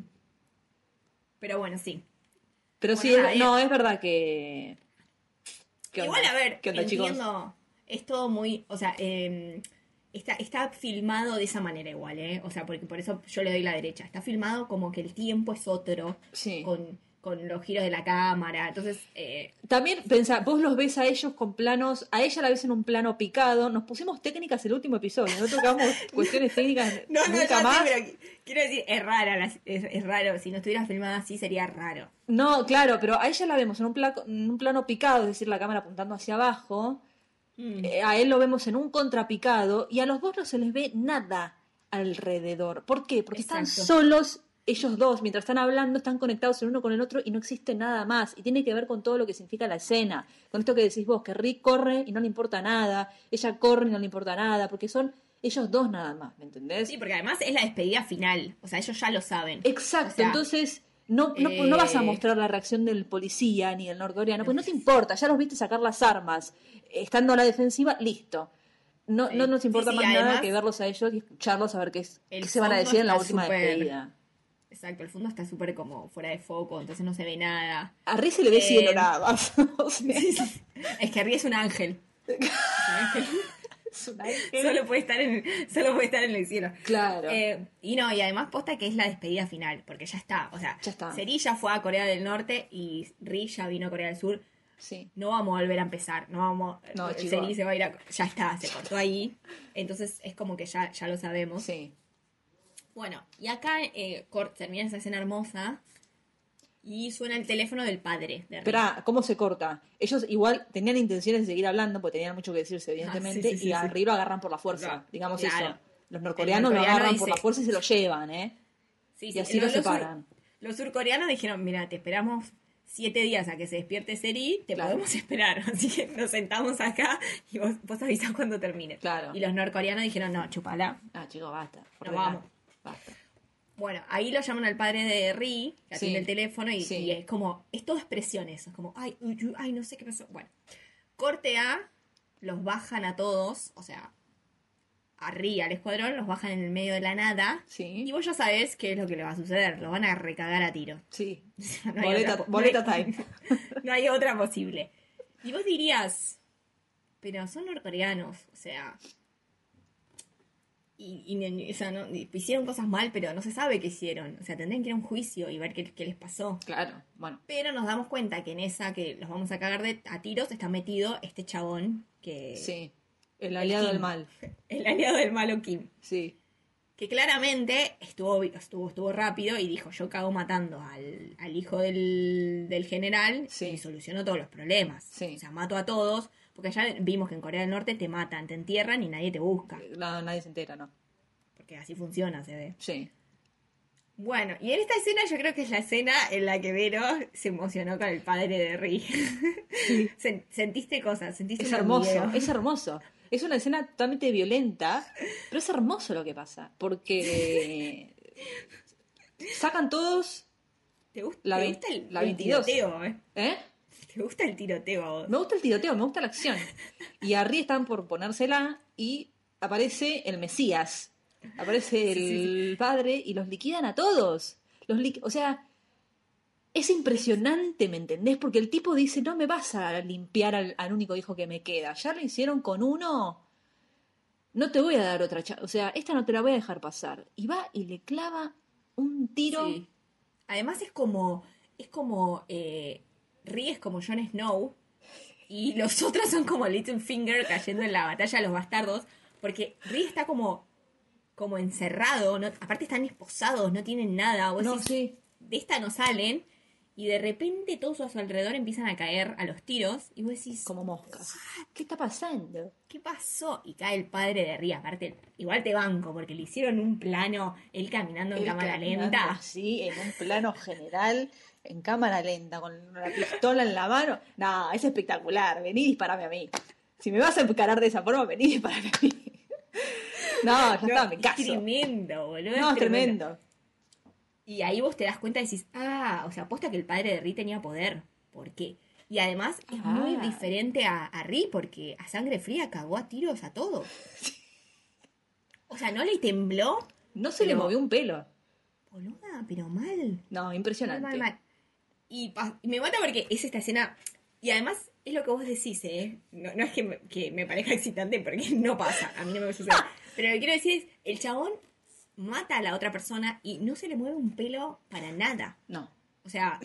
pero bueno, sí. Pero Bueno, sí, nada, es- no, es verdad que. ¿Qué Igual, onda? a ver, ¿Qué onda, chicos? entiendo, es todo muy, o sea, eh, está, está filmado de esa manera igual, ¿eh? O sea, porque por eso yo le doy la derecha. Está filmado como que el tiempo es otro, Sí. con, con los giros de la cámara. Entonces, eh, También pensá, vos los ves a ellos con planos, a ella la ves en un plano picado. Nos pusimos técnicas el último episodio, no tocamos cuestiones técnicas no, no, nunca ya sé, más. pero qui- quiero decir, es rara, la- es, es raro. Si no estuviera filmada así sería raro. No, claro, pero a ella la vemos en un, pla- en un plano picado, es decir, la cámara apuntando hacia abajo. Mm. Eh, a él lo vemos en un contrapicado y a los dos no se les ve nada alrededor. ¿Por qué? Porque están Exacto. solos ellos dos, mientras están hablando, están conectados el uno con el otro y no existe nada más. Y tiene que ver con todo lo que significa la escena. Con esto que decís vos, que Rick corre y no le importa nada, ella corre y no le importa nada, porque son ellos dos nada más, ¿me entendés? Sí, porque además es la despedida final. O sea, ellos ya lo saben. Exacto, O sea, entonces no, no, eh, no vas a mostrar la reacción del policía ni del norcoreano, pues no te importa, ya los viste sacar las armas, estando a la defensiva, listo. No, Sí. no nos importa Sí, sí, más nada además, que verlos a ellos y escucharlos a ver qué, es, el qué se van a fondo decir en la está última súper- despedida. Exacto, el fondo está súper como fuera de foco, entonces no se ve nada. A Riz se le ve Eh, cielo nada más. O sea, Es que Ri es un ángel. Es un ángel. es un ángel. Solo puede estar en, solo puede estar en el cielo. Claro. Eh, y no, y además posta que es la despedida final, porque ya está. O sea, Ya está. Seri ya fue a Corea del Norte y Ri ya vino a Corea del Sur. Sí. No vamos a volver a empezar, no vamos. No, chico. Seri se va a ir a. Ya está, se cortó ahí. Entonces es como que ya, ya lo sabemos. Sí. Bueno, y acá eh, cor- termina esa escena hermosa y suena el teléfono del padre de Ri. Espera, ¿cómo se corta? Ellos igual tenían intenciones de seguir hablando, porque tenían mucho que decirse, evidentemente, Ah, sí, sí, sí, y a sí. Ri lo agarran por la fuerza, Claro. digamos Claro. eso. Los norcoreanos lo norcoreano agarran por dice- la fuerza y se lo llevan, ¿eh? Sí, Y sí, así no, lo los sur- separan. Los surcoreanos dijeron, mira, te esperamos siete días a que se despierte Seri, te Claro. podemos esperar. Así que nos sentamos acá y vos, vos avisás cuando termine. Claro. Y los norcoreanos dijeron, no, chupala. Ah, chicos, basta. Nos ordená, vamos. Basta. Bueno, ahí lo llaman al padre de Ri, que atiende Sí. el teléfono, y, Sí. y es como, es todo expresiones. Es como, ay, uy, uy, ay, no sé qué pasó. Bueno, corte A, los bajan a todos, o sea, a Ri, al escuadrón, los bajan en el medio de la nada. Sí. Y vos ya sabés qué es lo que le va a suceder. Los van a recagar a tiro. Sí. No hay boleta otra po- boleta no hay- time. No hay otra posible. Y vos dirías, pero son norcoreanos, o sea. Y, y- o sea, no, hicieron cosas mal, pero no se sabe qué hicieron. O sea, tendrían que ir a un juicio y ver qué, qué les pasó. Claro, bueno. Pero nos damos cuenta que en esa que los vamos a cagar de, a tiros está metido este chabón que. Sí. El aliado del Kim. mal. El aliado del malo Kim. Sí. Que claramente estuvo, estuvo, estuvo rápido y dijo, yo cago matando al, al hijo del, del general Sí. y soluciono todos los problemas. Sí. O sea, mato a todos, porque ya vimos que en Corea del Norte te matan, te entierran y nadie te busca. No, nadie se entera, ¿no? Porque así funciona, se ve. Sí. Bueno, y en esta escena yo creo que es la escena en la que Vero se emocionó con el padre de Ri. Sen- Sentiste cosas, sentiste Es un hermoso, video. es hermoso. Es una escena totalmente violenta, pero es hermoso lo que pasa, porque sacan todos ¿Te, gust- La, te ve- gusta el, la el veintidós. tiroteo, eh? ¿Eh? ¿Te gusta el tiroteo a vos? Me gusta el tiroteo, me gusta la acción. Y a Ri están por ponérsela y aparece el Mesías. Aparece Sí, sí, sí. el padre y los liquidan a todos. Los liqu- o sea, es impresionante, ¿me entendés? Porque el tipo dice, no me vas a limpiar al, al único hijo que me queda. Ya lo hicieron con uno, no te voy a dar otra chance. O sea, esta no te la voy a dejar pasar. Y va y le clava un tiro. Sí. Además es como, es como, eh, Ri es como Jon Snow y los otros son como Littlefinger cayendo en la batalla de los bastardos, porque Ri está como, como encerrado, no, aparte están esposados, no tienen nada, vos No, decís, sí. de esta no salen, y de repente todos a su alrededor empiezan a caer a los tiros, y vos decís, Como moscas. ¿Qué está pasando? ¿qué pasó? Y cae el padre de Ri, aparte, igual te banco, porque le hicieron un plano, él caminando en Él cámara caminando lenta. así, en un plano general, en cámara lenta, con la pistola en la mano. No, es espectacular. Vení y disparame a mí. Si me vas a encarar de esa forma, vení y disparame a mí. No, ya No, está, me es caso. tremendo, boludo. No, es tremendo. Y ahí vos te das cuenta y decís, ah, o sea, aposta que el padre de Ri tenía poder. ¿Por qué? Y además es muy Ah. diferente a, a Ri porque a sangre fría cagó a tiros a todos. O sea, no le tembló. No se le Pero- movió un pelo. Boluda, pero mal. No, Mal, impresionante. mal, mal. Y, pa- y me mata porque es esta escena. Y además es lo que vos decís, ¿eh? No, no es que me, que me parezca excitante porque no pasa. A mí no me sucede. Pero lo que quiero decir es: el chabón mata a la otra persona y no se le mueve un pelo para nada. No. O sea,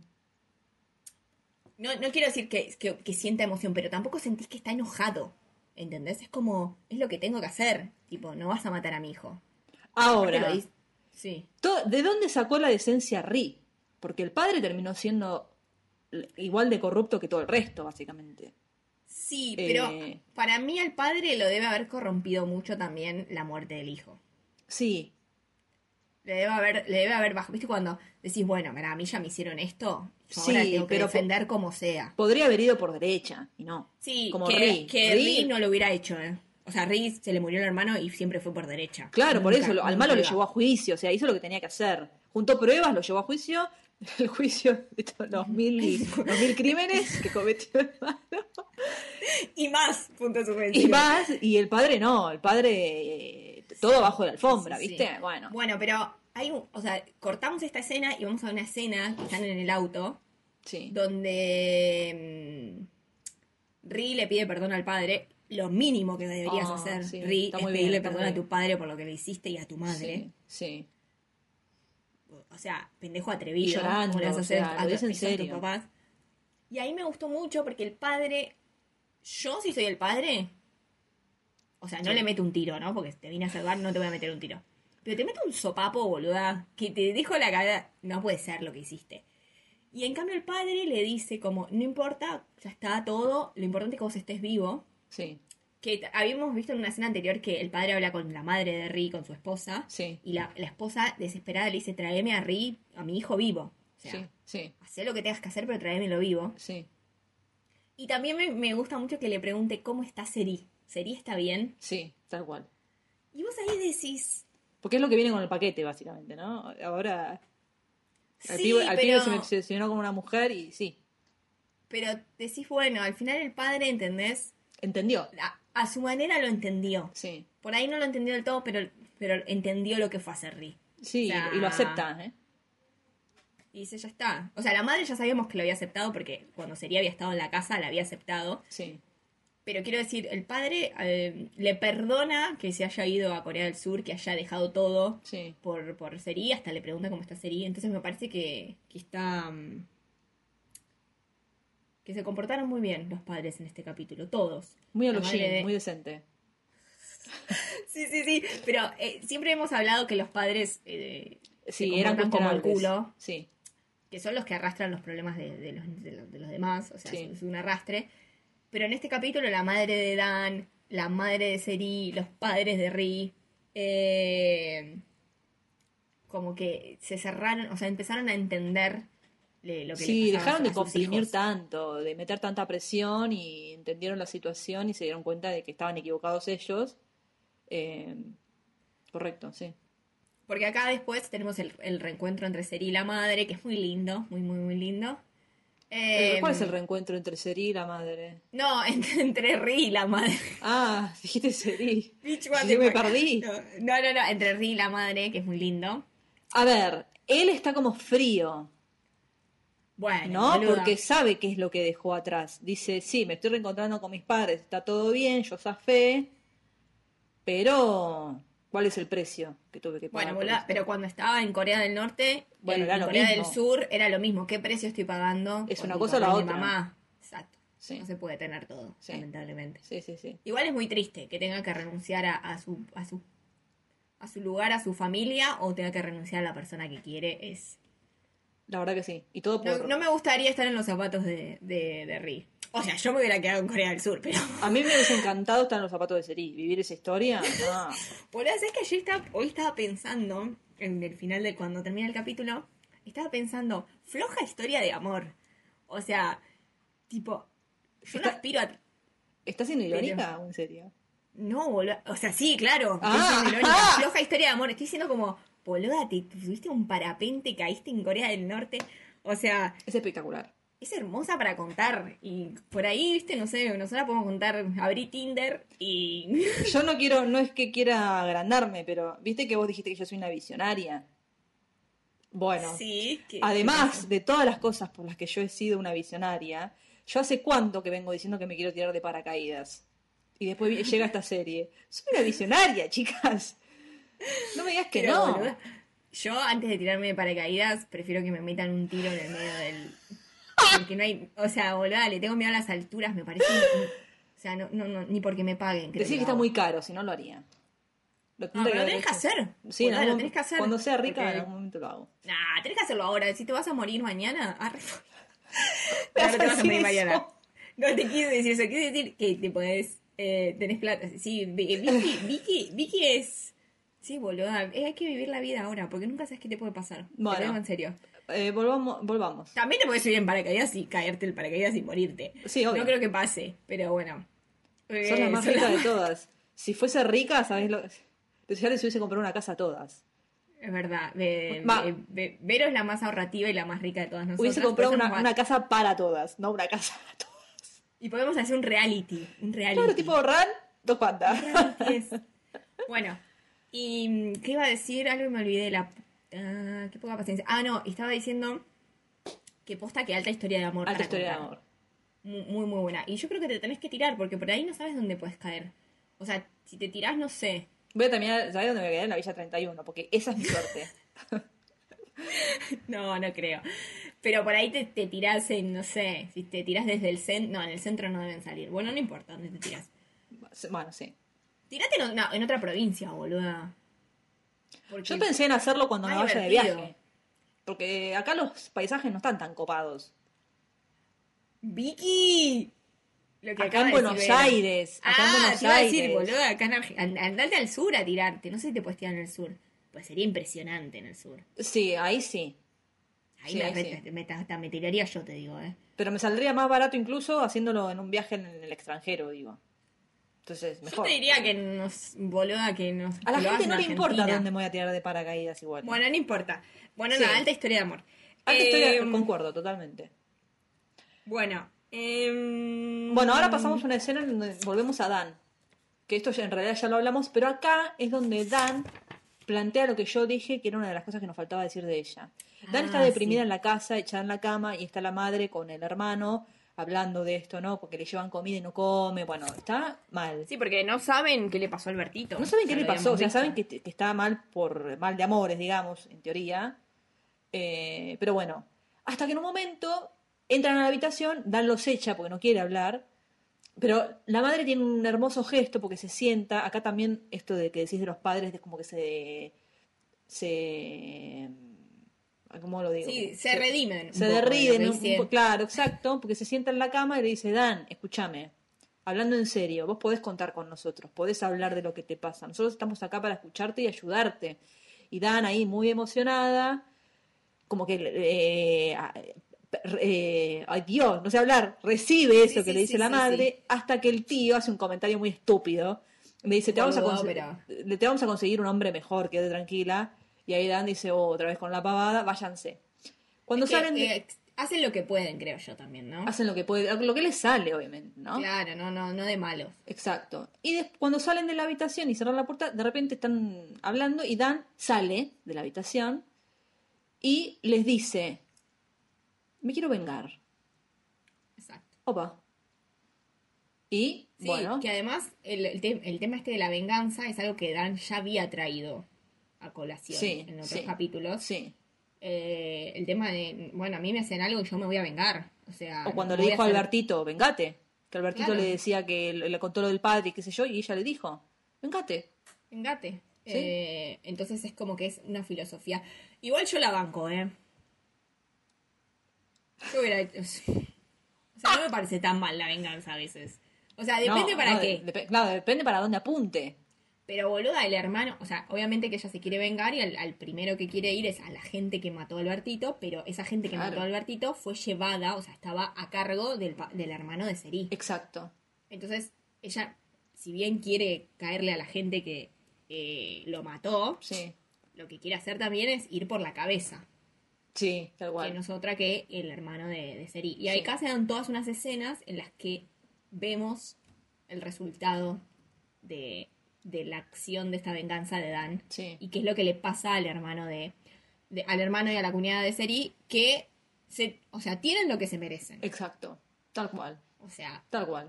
no, no quiero decir que, que, que sienta emoción, pero tampoco sentís que está enojado. ¿Entendés? Es como, es lo que tengo que hacer. Tipo, no vas a matar a mi hijo. Aparte Ahora, lo dice- Sí. to- ¿de dónde sacó la decencia Ri? Porque el padre terminó siendo l- igual de corrupto que todo el resto, básicamente. Sí, Eh, pero para mí al padre lo debe haber corrompido mucho también la muerte del hijo. Sí, Le debe haber, le debe haber bajado. ¿Viste cuando decís, bueno, mira, a mí ya me hicieron esto? Yo Sí, ahora tengo que pero po- defender como sea. podría haber ido por derecha, y no. Sí, Como que, Ri. que Ri- Ri no lo hubiera hecho, ¿eh? O sea, Ri se le murió el hermano y siempre fue por derecha. Claro, por Nunca- eso, lo- al nunca malo lo iba. llevó a juicio, o sea, hizo lo que tenía que hacer. Juntó pruebas, lo llevó a juicio, el juicio de todos los mil, y- los mil crímenes que cometió el malo. Y más, punto Y suspensivo. más, y el padre no, el padre eh, todo bajo la alfombra, Sí, sí, ¿viste? sí. Bueno, Bueno, pero hay un, o sea, cortamos esta escena y vamos a una escena que están en el auto, sí. donde mm, Ri le pide perdón al padre. Lo mínimo que deberías Ah, hacer, sí, Ri, está es muy bien, pedirle está muy perdón a bien. tu padre por lo que le hiciste y a tu madre. Sí, sí. O sea, pendejo atrevido. Y llorando, ¿Cómo le vas a o hacer sea, a, lo tu- dice en eso a tus serio. papás? Y ahí me gustó mucho porque el padre, yo si soy el padre, o sea, no Sí. le meto un tiro, ¿no? Porque te vine a salvar, no te voy a meter un tiro. Pero te meto un sopapo, boluda, que te dejo la cara. No puede ser lo que hiciste. Y en cambio el padre le dice como, no importa, ya está todo, lo importante es que vos estés vivo. Sí, Que t- habíamos visto en una escena anterior que el padre habla con la madre de Ri, con su esposa. sí, Y la, la esposa desesperada le dice, tráeme a Ri, a mi hijo vivo. O sea, sí, sí, hacé lo que tengas que hacer, pero tráemelo vivo. sí, Y también me, me gusta mucho que le pregunte, ¿cómo está Seri? ¿Seri está bien? sí, tal cual. Y vos ahí decís, Porque es lo que viene con el paquete, básicamente, ¿no? Ahora, al sí, pibe, al pero, pibe se me obsesionó con una mujer y sí, pero decís, bueno, al final el padre, ¿entendés? entendió. A, a su manera lo entendió. Sí, Por ahí no lo entendió del todo, pero, pero entendió lo que fue hacer Ri. sí, O sea, y lo acepta, ¿eh? Y dice, ya está. O sea, la madre ya sabíamos que lo había aceptado porque cuando Seri había estado en la casa la había aceptado. Sí, Pero quiero decir, el padre eh, le perdona que se haya ido a Corea del Sur, que haya dejado todo sí. por, por Seri, hasta le pregunta cómo está Seri. Entonces me parece que, que está... mm, que se comportaron muy bien los padres en este capítulo, todos. Muy a La lo madre Jin, de- muy decente. Sí, sí, sí, pero eh, siempre hemos hablado que los padres eh, se Sí, eran comportan como el cuestionables. culo, Sí, que son los que arrastran los problemas de, de los, de, los, de los demás, o sea, Sí. es, es un arrastre. Pero en este capítulo la madre de Dan, la madre de Seri, los padres de Ri, eh, como que se cerraron, o sea, empezaron a entender le- lo que sí, le pasaba dejaron de a sus comprimir hijos. tanto, de meter tanta presión y entendieron la situación y se dieron cuenta de que estaban equivocados ellos. Eh, correcto, sí. Porque acá después tenemos el, el reencuentro entre Seri y la madre, que es muy lindo, muy, muy, muy lindo. Eh, ¿Cuál es el reencuentro entre Seri y la madre? No, entre, entre Ri y la madre. Ah, dijiste Seri. Bitch, what Yo the me fuck. perdí. No, no, no, no, entre Ri y la madre, que es muy lindo. A ver, él está como frío, Bueno, ¿no? boluda. Porque sabe qué es lo que dejó atrás. Dice, sí, me estoy reencontrando con mis padres, está todo bien, yo zafé, pero ¿cuál es el precio que tuve que pagar? Bueno, por boluda, esto? pero cuando estaba en Corea del Norte, Bueno, en, era en lo Corea mismo. del Sur era lo mismo. ¿Qué precio estoy pagando? Es por una mi cosa o papá la y mi otra. mamá. Exacto. Sí. No se puede tener todo, Sí. lamentablemente. Sí, sí, sí. Igual es muy triste que tenga que renunciar a, a su a su a su lugar, a su familia, o tenga que renunciar a la persona que quiere. Es La verdad que sí. Y todo no, por... no me gustaría estar en los zapatos de, de, de Ri. O sea, yo me hubiera quedado en Corea del Sur, pero... A mí me hubiese encantado estar en los zapatos de Seri. Vivir esa historia. Ah. Por eso es que yo estaba, hoy estaba pensando, en el final de cuando termina el capítulo, estaba pensando, floja historia de amor. O sea, tipo, yo no Está- aspiro a... ¿Estás siendo irónica o en serio? No, boludo. O sea, sí, claro. Estoy Ah, siendo irónica. ah. Floja historia de amor. Estoy diciendo como, boluda, te subiste a un parapente, caíste en Corea del Norte. O sea, Es espectacular. es hermosa para contar. Y por ahí, viste, no sé, nosotros podemos contar, abrí Tinder y... Yo no quiero, no es que quiera agrandarme, pero viste que vos dijiste que yo soy una visionaria. Bueno, Sí. que- además de todas las cosas por las que yo he sido una visionaria, yo hace cuánto que vengo diciendo que me quiero tirar de paracaídas. Y después vi- llega esta serie. Soy una visionaria, chicas. No me digas que Pero, no. boluda, yo antes de tirarme de paracaídas, prefiero que me metan un tiro en el medio del... Porque no hay... O sea, boluda, le tengo miedo a las alturas, me parece... un- un- O sea, no, no, no, ni porque me paguen. creo Decís que lo está hago. muy caro, si no lo haría. Lo No, tendría pero lo haber tenés que hecho. hacer. Sí, en boluda, algún lo mom- tenés que hacer. Cuando sea rica, Porque- en algún momento lo hago. Nah, tenés que hacerlo ahora. Si te vas a morir mañana, arre. ¿Me No, vas no te a vas a decir morir eso? mañana. No te quise decir eso. Quise decir que te podés... Eh, tenés plata. Sí, Vi- Vicky, Vicky, Vicky es... Sí, boluda. eh, Hay que vivir la vida ahora, porque nunca sabes qué te puede pasar. Te Bueno. lo digo en serio. Eh, volvamos, volvamos. También te puedes subir en paracaídas y caerte el paracaídas y morirte. Sí, obvio. No creo que pase, pero bueno. Sos la Eh, más son rica las de todas. Si fuese rica, ¿sabés lo? Ya les hubiese comprado una casa a todas. Es verdad. Be- Va. be- be- Vero es la más ahorrativa y la más rica de todas nosotras. Hubiese por comprado eso una, nos va- una casa para todas, no una casa para todas. Y podemos hacer un reality. Un reality. Claro, tipo ahorrar dos cuantas. Reality es. Bueno. ¿Y mm, qué iba a decir? Algo y me olvidé. La... Ah, qué poca paciencia. Ah, no. Estaba diciendo que posta que alta historia de amor. Alta para historia de contar. amor. Muy, muy, muy buena. Y yo creo que te tenés que tirar, porque por ahí no sabes dónde puedes caer. O sea, si te tirás, no sé. Voy a terminar, ¿sabés dónde me voy a quedar? En la Villa treinta y uno, porque esa es mi suerte. No, no creo. Pero por ahí te, te tirás en, no sé, si te tirás desde el centro. No, en el centro no deben salir. Bueno, no importa dónde te tirás. Bueno, sí. Tirate en, no, en otra provincia, boluda. Porque Yo pensé en hacerlo cuando me más vaya de divertido. viaje. Porque acá los paisajes no están tan copados. ¡Vicky! Lo que Acá acaba en de Buenos decir Vera. Aires. Acá en Ah, Buenos te iba a decir, Aires. boluda, acá en Argentina. Andate al sur a tirarte. No sé si te puedes tirar en el sur. Pues sería impresionante en el sur. Sí, ahí sí. Ahí Sí, la ahí red, sí. me, hasta me tiraría yo, te digo, ¿eh? Pero me saldría más barato incluso haciéndolo en un viaje en el extranjero, digo. Entonces, Yo mejor. te diría que nos, boluda, que nos. A la que lo hagas gente en no le importa Argentina. dónde me voy a tirar de paracaídas igual. Bueno, no importa. Bueno, Sí. no, alta historia de amor. Alta Eh, historia, concuerdo totalmente. Bueno. em, Bueno, ahora pasamos a una escena en donde volvemos a Dan. Que esto ya, en realidad ya lo hablamos, pero acá es donde Dan plantea lo que yo dije, que era una de las cosas que nos faltaba decir de ella. Dan Ah, está deprimida sí. en la casa, echada en la cama, y está la madre con el hermano hablando de esto, ¿no? Porque le llevan comida y no come. Bueno, está mal. Sí, porque no saben qué le pasó a Albertito. No saben Ya qué le lo pasó, habíamos o sea, visto. saben que, que está mal por mal de amores, digamos, en teoría. Eh, pero bueno, hasta que en un momento entran a la habitación, Dan los echa porque no quiere hablar, pero la madre tiene un hermoso gesto porque se sienta, acá también esto de que decís de los padres, es como que se... se ¿cómo lo digo? Sí, se redimen. un Se poco de lo que derriden, un- hicieron. un po- claro, exacto, porque se sienta en la cama y le dice, Dan, escúchame, hablando en serio, vos podés contar con nosotros, podés hablar de lo que te pasa, nosotros estamos acá para escucharte y ayudarte. Y Dan ahí muy emocionada, como que, eh, eh, ay Dios, no sé hablar, recibe eso Sí, que sí, le dice sí, la sí, madre, hasta que el tío hace un comentario muy estúpido, le dice, te vamos, a Boludo, conse- pero- le- te vamos a conseguir un hombre mejor, quédate tranquila. Y ahí Dan dice, oh, otra vez con la pavada, váyanse. Cuando Es que, salen, de- eh, hacen lo que pueden, creo yo también, ¿no? hacen lo que pueden, lo que les sale, obviamente, ¿no? Claro, no, no, no de malos. Exacto. Y des- cuando salen de la habitación y cerran la puerta, de repente están hablando y Dan sale de la habitación y les dice, me quiero vengar. Exacto. Opa. Y, Sí, bueno, que además el, el, te- el tema este de la venganza es algo que Dan ya había traído a colación sí, en otros sí, capítulos. sí. Eh, el tema de, bueno, a mí me hacen algo y yo me voy a vengar. O sea, O cuando no le voy dijo a hacer- Albertito, vengate. Que Albertito Claro. le decía que le le contó lo del padre y qué sé yo, y ella le dijo, vengate. Vengate. Sí. Eh, entonces es como que es una filosofía. Igual yo la banco, ¿eh? Yo hubiera hecho- O sea, no me parece tan mal la venganza a veces. O sea, depende No, para no, qué. de- dep- claro, depende para dónde apunte. Pero boluda, el hermano, o sea, obviamente que ella se quiere vengar y al, al primero que quiere ir es a la gente que mató a Albertito, pero esa gente que Claro. mató a Albertito fue llevada, o sea, estaba a cargo del, pa- del hermano de Seri. Exacto. Entonces, ella, si bien quiere caerle a la gente que eh, lo mató, Sí, lo que quiere hacer también es ir por la cabeza, sí, tal que cual. no es otra que el hermano de, de Seri. Y Sí. acá se dan todas unas escenas en las que vemos el resultado de, de la acción de esta venganza de Dan. Sí. Y qué es lo que le pasa al hermano de, de- al hermano y a la cuñada de Seri, que se, o sea, tienen lo que se merecen. Exacto. Tal cual. O sea, Tal cual.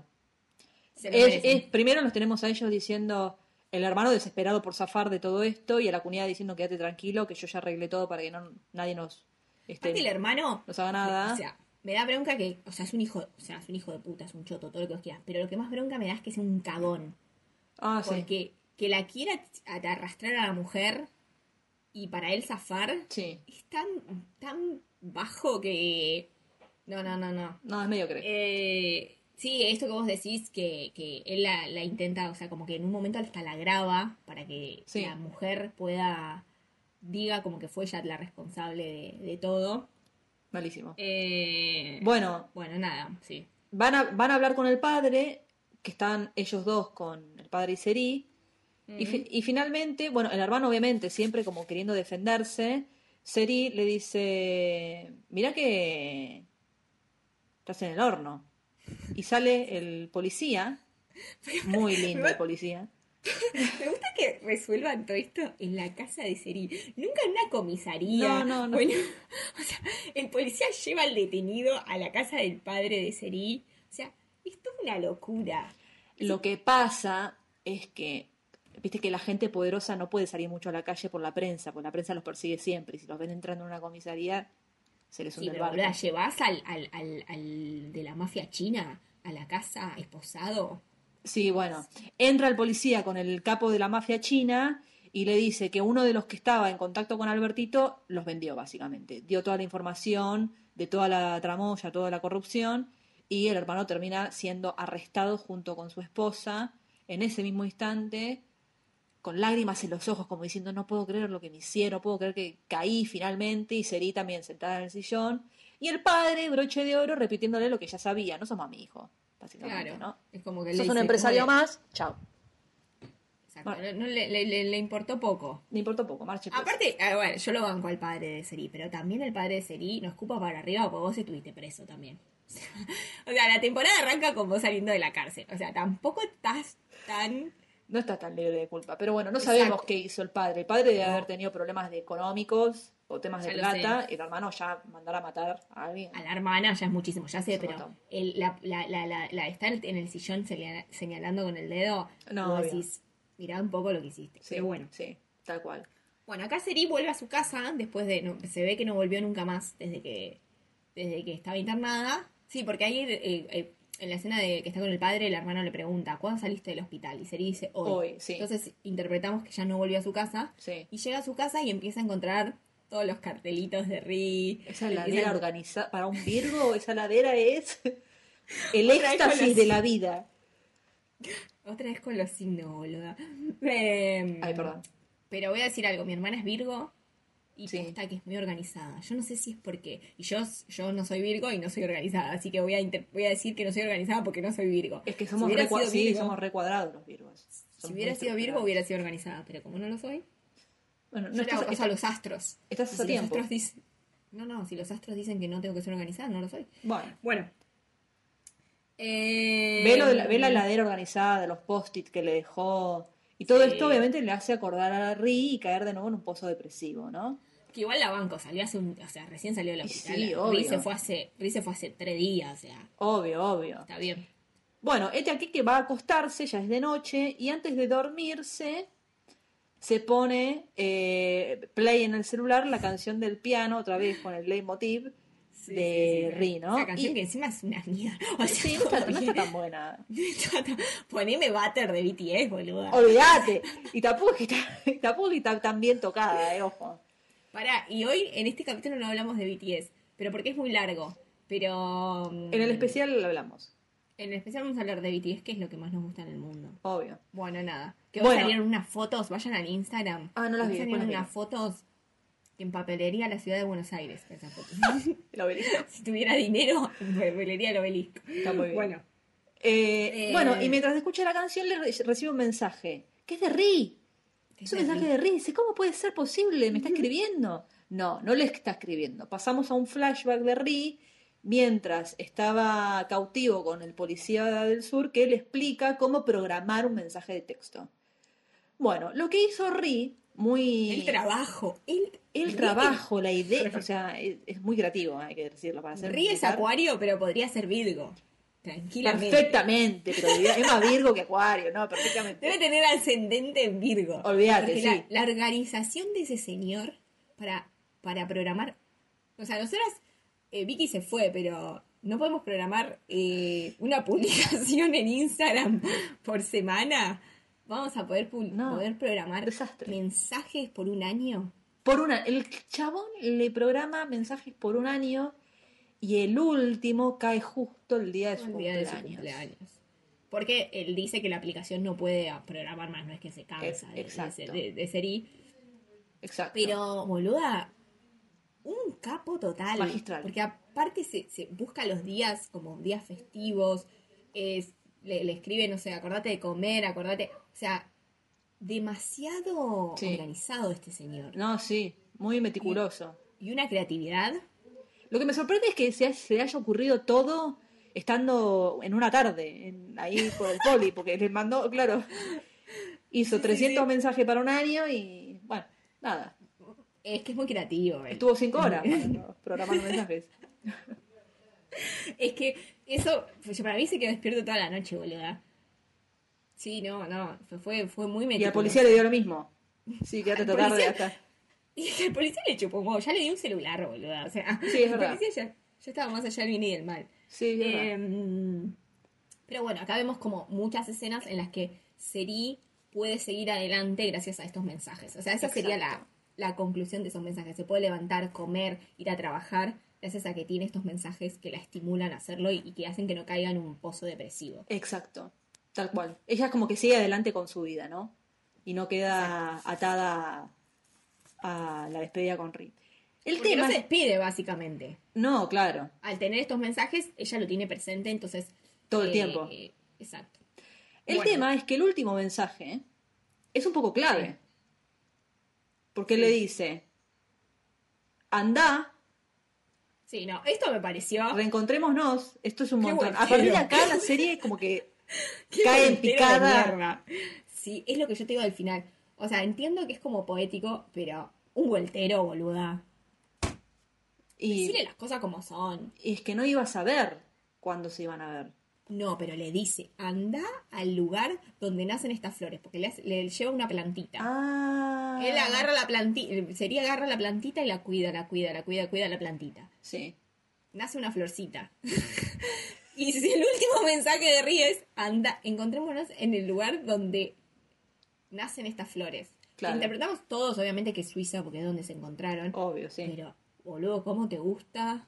se lo Es- merecen. es- primero los tenemos a ellos diciendo, el hermano desesperado por zafar de todo esto, y a la cuñada diciendo, quédate tranquilo, que yo ya arreglé todo para que no nadie nos, este, Aparte el hermano, nos haga nada. o sea, me da bronca que, o sea, es un hijo, o sea, es un hijo de puta, es un choto, todo lo que vos quieras, pero lo que más bronca me da es que sea un cagón. Ah, sí. Porque que la quiera at- arrastrar a la mujer y para él zafar Sí. es tan, tan bajo que... No, no, no, no. No, es medio crees. Eh, sí, esto que vos decís, que, que él la, la intenta, o sea, como que en un momento hasta la graba para que Sí. la mujer pueda, diga como que fue ella la responsable de, de todo. Malísimo. Eh, Bueno, bueno, nada, sí. van a, van a hablar con el padre, que están ellos dos con el padre y Seri, y, fi- y finalmente, bueno, el hermano obviamente siempre como queriendo defenderse, Seri le dice, mirá que estás en el horno. Y sale el policía, muy lindo el policía. Me gusta que resuelvan todo esto en la casa de Seri. Nunca en una comisaría. No, no, no. Bueno, o sea, el policía lleva al detenido a la casa del padre de Seri. O sea, esto es una locura. Lo que pasa es que, viste que la gente poderosa no puede salir mucho a la calle por la prensa, porque la prensa los persigue siempre, y si los ven entrando en una comisaría, se les Sí, hunde el pero barco. boluda, llevas al, al, al, al de la mafia china a la casa esposado. Sí, bueno, entra el policía con el capo de la mafia china y le dice que uno de los que estaba en contacto con Albertito los vendió, básicamente. Dio toda la información de toda la tramoya, toda la corrupción, y el hermano termina siendo arrestado junto con su esposa en ese mismo instante, con lágrimas en los ojos, como diciendo, no puedo creer lo que me hicieron, no puedo creer que caí finalmente, y Seri también sentada en el sillón, y el padre, broche de oro, repitiéndole lo que ya sabía, no somos mi hijo, básicamente, Claro. ¿no? Es como que le Sos un dice, empresario ¿cómo le- más, chao. Exacto, Bueno. no, no le, le, le- le importó poco. Me importa poco, marche pues. Aparte, ah, bueno, yo lo banco al padre de Seri, pero también el padre de Seri no escupa para arriba porque vos estuviste preso también. O sea, la temporada arranca con vos saliendo de la cárcel. O sea, tampoco estás tan... No está tan libre de culpa. Pero bueno, no Exacto. sabemos qué hizo el padre. El padre debe No. haber tenido problemas de económicos o temas de Ya lo plata, y el hermano ya mandar a matar a alguien. A la hermana ya es muchísimo, ya sé, Es un pero montón. el, la, la, la, la, la estar en el sillón señala- señalando con el dedo, No, vos obvio. decís, mirá un poco lo que hiciste. Sí, Pero bueno. sí, tal cual. Bueno, acá Seri vuelve a su casa después de... no, se ve que no volvió nunca más desde que, desde que estaba internada. Sí, porque ahí eh, eh, en la escena de que está con el padre, el hermano le pregunta, ¿cuándo saliste del hospital? Y Seri dice, hoy. Hoy, sí. Entonces interpretamos que ya no volvió a su casa. Sí. Y llega a su casa y empieza a encontrar todos los cartelitos de Ri. Esa Empieza ladera a- organizada, para un Virgo, esa ladera es el Otra vez con éxtasis los- de la vida. Otra vez con los signos, boluda. Eh, Ay, perdón. Pero voy a decir algo, mi hermana es Virgo y Sí. posta que es muy organizada. Yo no sé si es porque... Y yo, yo no soy Virgo y no soy organizada, así que voy a, inter- voy a decir que no soy organizada porque no soy Virgo. Es que Si somos, hubiera recua- sido sí, Virgo- somos recuadrados los Virgos. Si Somos hubiera muy sido Virgo estructurados. hubiera sido organizada, pero como no lo soy... Bueno, no Yo le estás, hago caso a los astros. estás Y a si tiempo. Los astros dicen... No, no, si los astros dicen que no tengo que ser organizada, no lo soy. Bueno, Bueno. Eh... ve, lo de la, ve la heladera organizada, de los post-it que le dejó. Y todo Sí. esto obviamente le hace acordar a Ri y caer de nuevo en un pozo depresivo, ¿no? Que igual la banco, salió hace un... O sea, recién salió de la Y hospital. sí, Ri obvio. se fue hace, Ri se fue hace tres días, o sea, Obvio, obvio. está bien. Bueno, este aquí que va a acostarse, ya es de noche, y antes de dormirse se pone eh, play en el celular la canción del piano, otra vez con el leitmotiv Sí, de sí, sí. Ri, ¿no? Esa canción Y- que encima es una mierda. O sea, sí, no está, no está tan buena. Poneme Butter de B T S, boluda. Olvídate. Y tampoco es que está, tampoco es que está tan bien tocada, eh, ojo. Pará, y hoy en este capítulo no hablamos de B T S, pero porque es muy largo. Pero... mm, En el especial lo hablamos, En el especial vamos a hablar de B T S, que es lo que más nos gusta en el mundo. obvio. Bueno, nada. Que Bueno. hoy salieron unas fotos, vayan al Instagram. Ah, no las Hoy vi, después salieron las vi. unas fotos en papelería la ciudad de Buenos Aires. Esas fotos. El obelisco. Si tuviera dinero, en papelería el obelisco. Está muy bien. Bueno. Eh, Eh. Bueno, y mientras escucha la canción le re- recibe un mensaje, que es de Ri. ¿Qué Es un es de mensaje Ri? de Ri. Dice, ¿cómo puede ser posible? ¿Me está escribiendo? No, no le está escribiendo. Pasamos a un flashback de Ri mientras estaba cautivo con el policía del sur que le explica cómo programar un mensaje de texto. Bueno, lo que hizo Ri, muy... El trabajo. El, el Ri- trabajo, la idea, o sea, es, es muy creativo, hay que decirlo, para hacer Ri es militar. acuario, pero podría ser Virgo. Tranquilamente. Perfectamente, pero es más Virgo que Acuario, ¿no? Perfectamente. Debe tener ascendente en Virgo. Olvídate, Porque sí. la, la organización de ese señor para, para programar. O sea, nosotras. eh, Vicky se fue, pero no podemos programar eh, una publicación en Instagram por semana. Vamos a poder, pu- No, poder programar desastre. mensajes por un año. Por una, el chabón le programa mensajes por un año y el último cae justo el día de su El día de su cumpleaños. cumpleaños. Porque él dice que la aplicación no puede programar más, no es que se cansa Ex- de, de, exacto. ser- de- de ser I. Exacto. Pero, boluda, un capo total. Magistral. Porque aparte se, se busca los días como días festivos, es- le, le escribe, no sé, acordate de comer, acordate. O sea, demasiado Sí. organizado este señor. No, sí, muy meticuloso. Y una creatividad. Lo que me sorprende es que se, se le haya ocurrido todo estando en una tarde, en- ahí por el poli, porque le mandó, claro, hizo Sí, sí, trescientos sí. mensajes para un año y, bueno, nada. Es que es muy creativo. él. Estuvo cinco horas bueno, programando mensajes. Es que eso, pues, para mí se quedó despierto toda la noche, boluda. Sí, no, no, fue- fue, fue muy Y meticuloso. al policía le dio lo mismo. Sí, quédate Al hasta tarde policía- hasta. Y el policía le chupó un huevo, ya le dio un celular, boluda. O sea, Sí, es el verdad. policía ya, ya estaba más allá del bien y del mal. Sí, es verdad. Eh, pero bueno, acá vemos como muchas escenas en las que Seri puede seguir adelante gracias a estos mensajes. O sea, esa sería la, Exacto. la conclusión de esos mensajes. Se puede levantar, comer, ir a trabajar, gracias a que tiene estos mensajes que la estimulan a hacerlo y, y que hacen que no caiga en un pozo depresivo. Exacto, tal cual. Ella como que sigue adelante con su vida, ¿no? Y no queda atada a la despedida con Ri. El Porque tema no se es- despide, básicamente. No, claro, Al tener estos mensajes, ella lo tiene presente, entonces... todo el eh, tiempo. Exacto. El Bueno. tema es que el último mensaje es un poco clave. Sí. Porque Sí. le dice, anda, Sí, no, esto me pareció... reencontrémonos, esto es un Qué montón. buen A partir de tiro. acá la serie como que Qué cae en volteo de picada. mierda. Sí, es lo que yo te digo al final. O sea, entiendo que es como poético, pero un vueltero, boluda. Y, Decirle las cosas como son. y es que no iba a saber cuándo se iban a ver. No, pero le dice, anda al lugar donde nacen estas flores, porque le, hace- le lleva una plantita. Ah. Él agarra la plantita, sería agarra la plantita y la cuida, la cuida, la cuida, cuida la plantita. Sí. Nace una florcita. Y si el último mensaje de Rie es, anda, encontrémonos en el lugar donde nacen estas flores. Claro. Interpretamos todos, obviamente, que es Suiza, porque es donde se encontraron. Obvio, sí. Pero, boludo, ¿cómo te gusta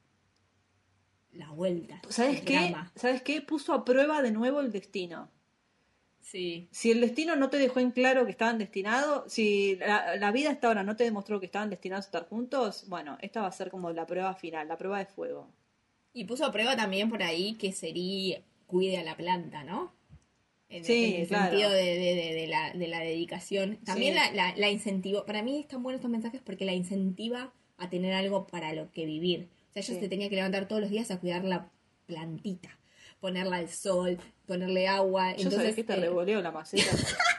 la vuelta? ¿Sabes el qué? drama? ¿Sabes qué? Puso a prueba de nuevo el destino. Sí. Si el destino no te dejó en claro que estaban destinados, si la, la vida hasta ahora no te demostró que estaban destinados a estar juntos, bueno, esta va a ser como la prueba final, la prueba de fuego. Y puso a prueba también por ahí que Seri cuide a la planta, ¿no? En, Sí, en el claro. sentido de, de, de, de la, de la dedicación. También Sí. la, la, la incentivó. Para mí están buenos estos mensajes porque la incentiva a tener algo para lo que vivir. O sea, ella Sí. se tenía que levantar todos los días a cuidar la plantita, ponerla al sol, ponerle agua. Yo Entonces, sabés que te eh, revoleo la maceta.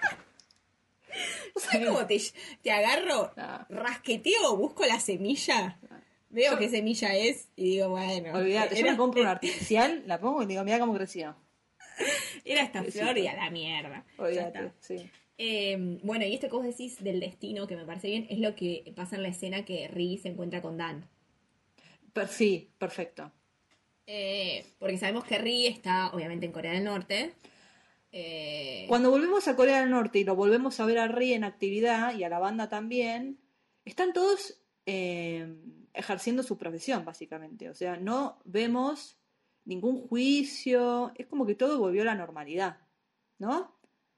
¿sabes cómo te, te agarro? No. Rasqueteo, busco la semilla. Veo Yo- qué semilla es y digo, bueno. Olvídate, yo era, me compro una artificial, la pongo y digo, mira cómo creció. era esta flor Pobrecito. y a la mierda. Ya Olvídate, está. sí. Eh, bueno, y esto que vos decís del destino, que me parece bien, es lo que pasa en la escena que Ri se encuentra con Dan. Per- sí, perfecto. Eh, porque sabemos que Ri está, obviamente, en Corea del Norte. Eh, Cuando volvemos a Corea del Norte y lo volvemos a ver a Ri en actividad y a la banda también, están todos eh, ejerciendo su profesión, básicamente. O sea, no vemos ningún juicio, es como que todo volvió a la normalidad, ¿no?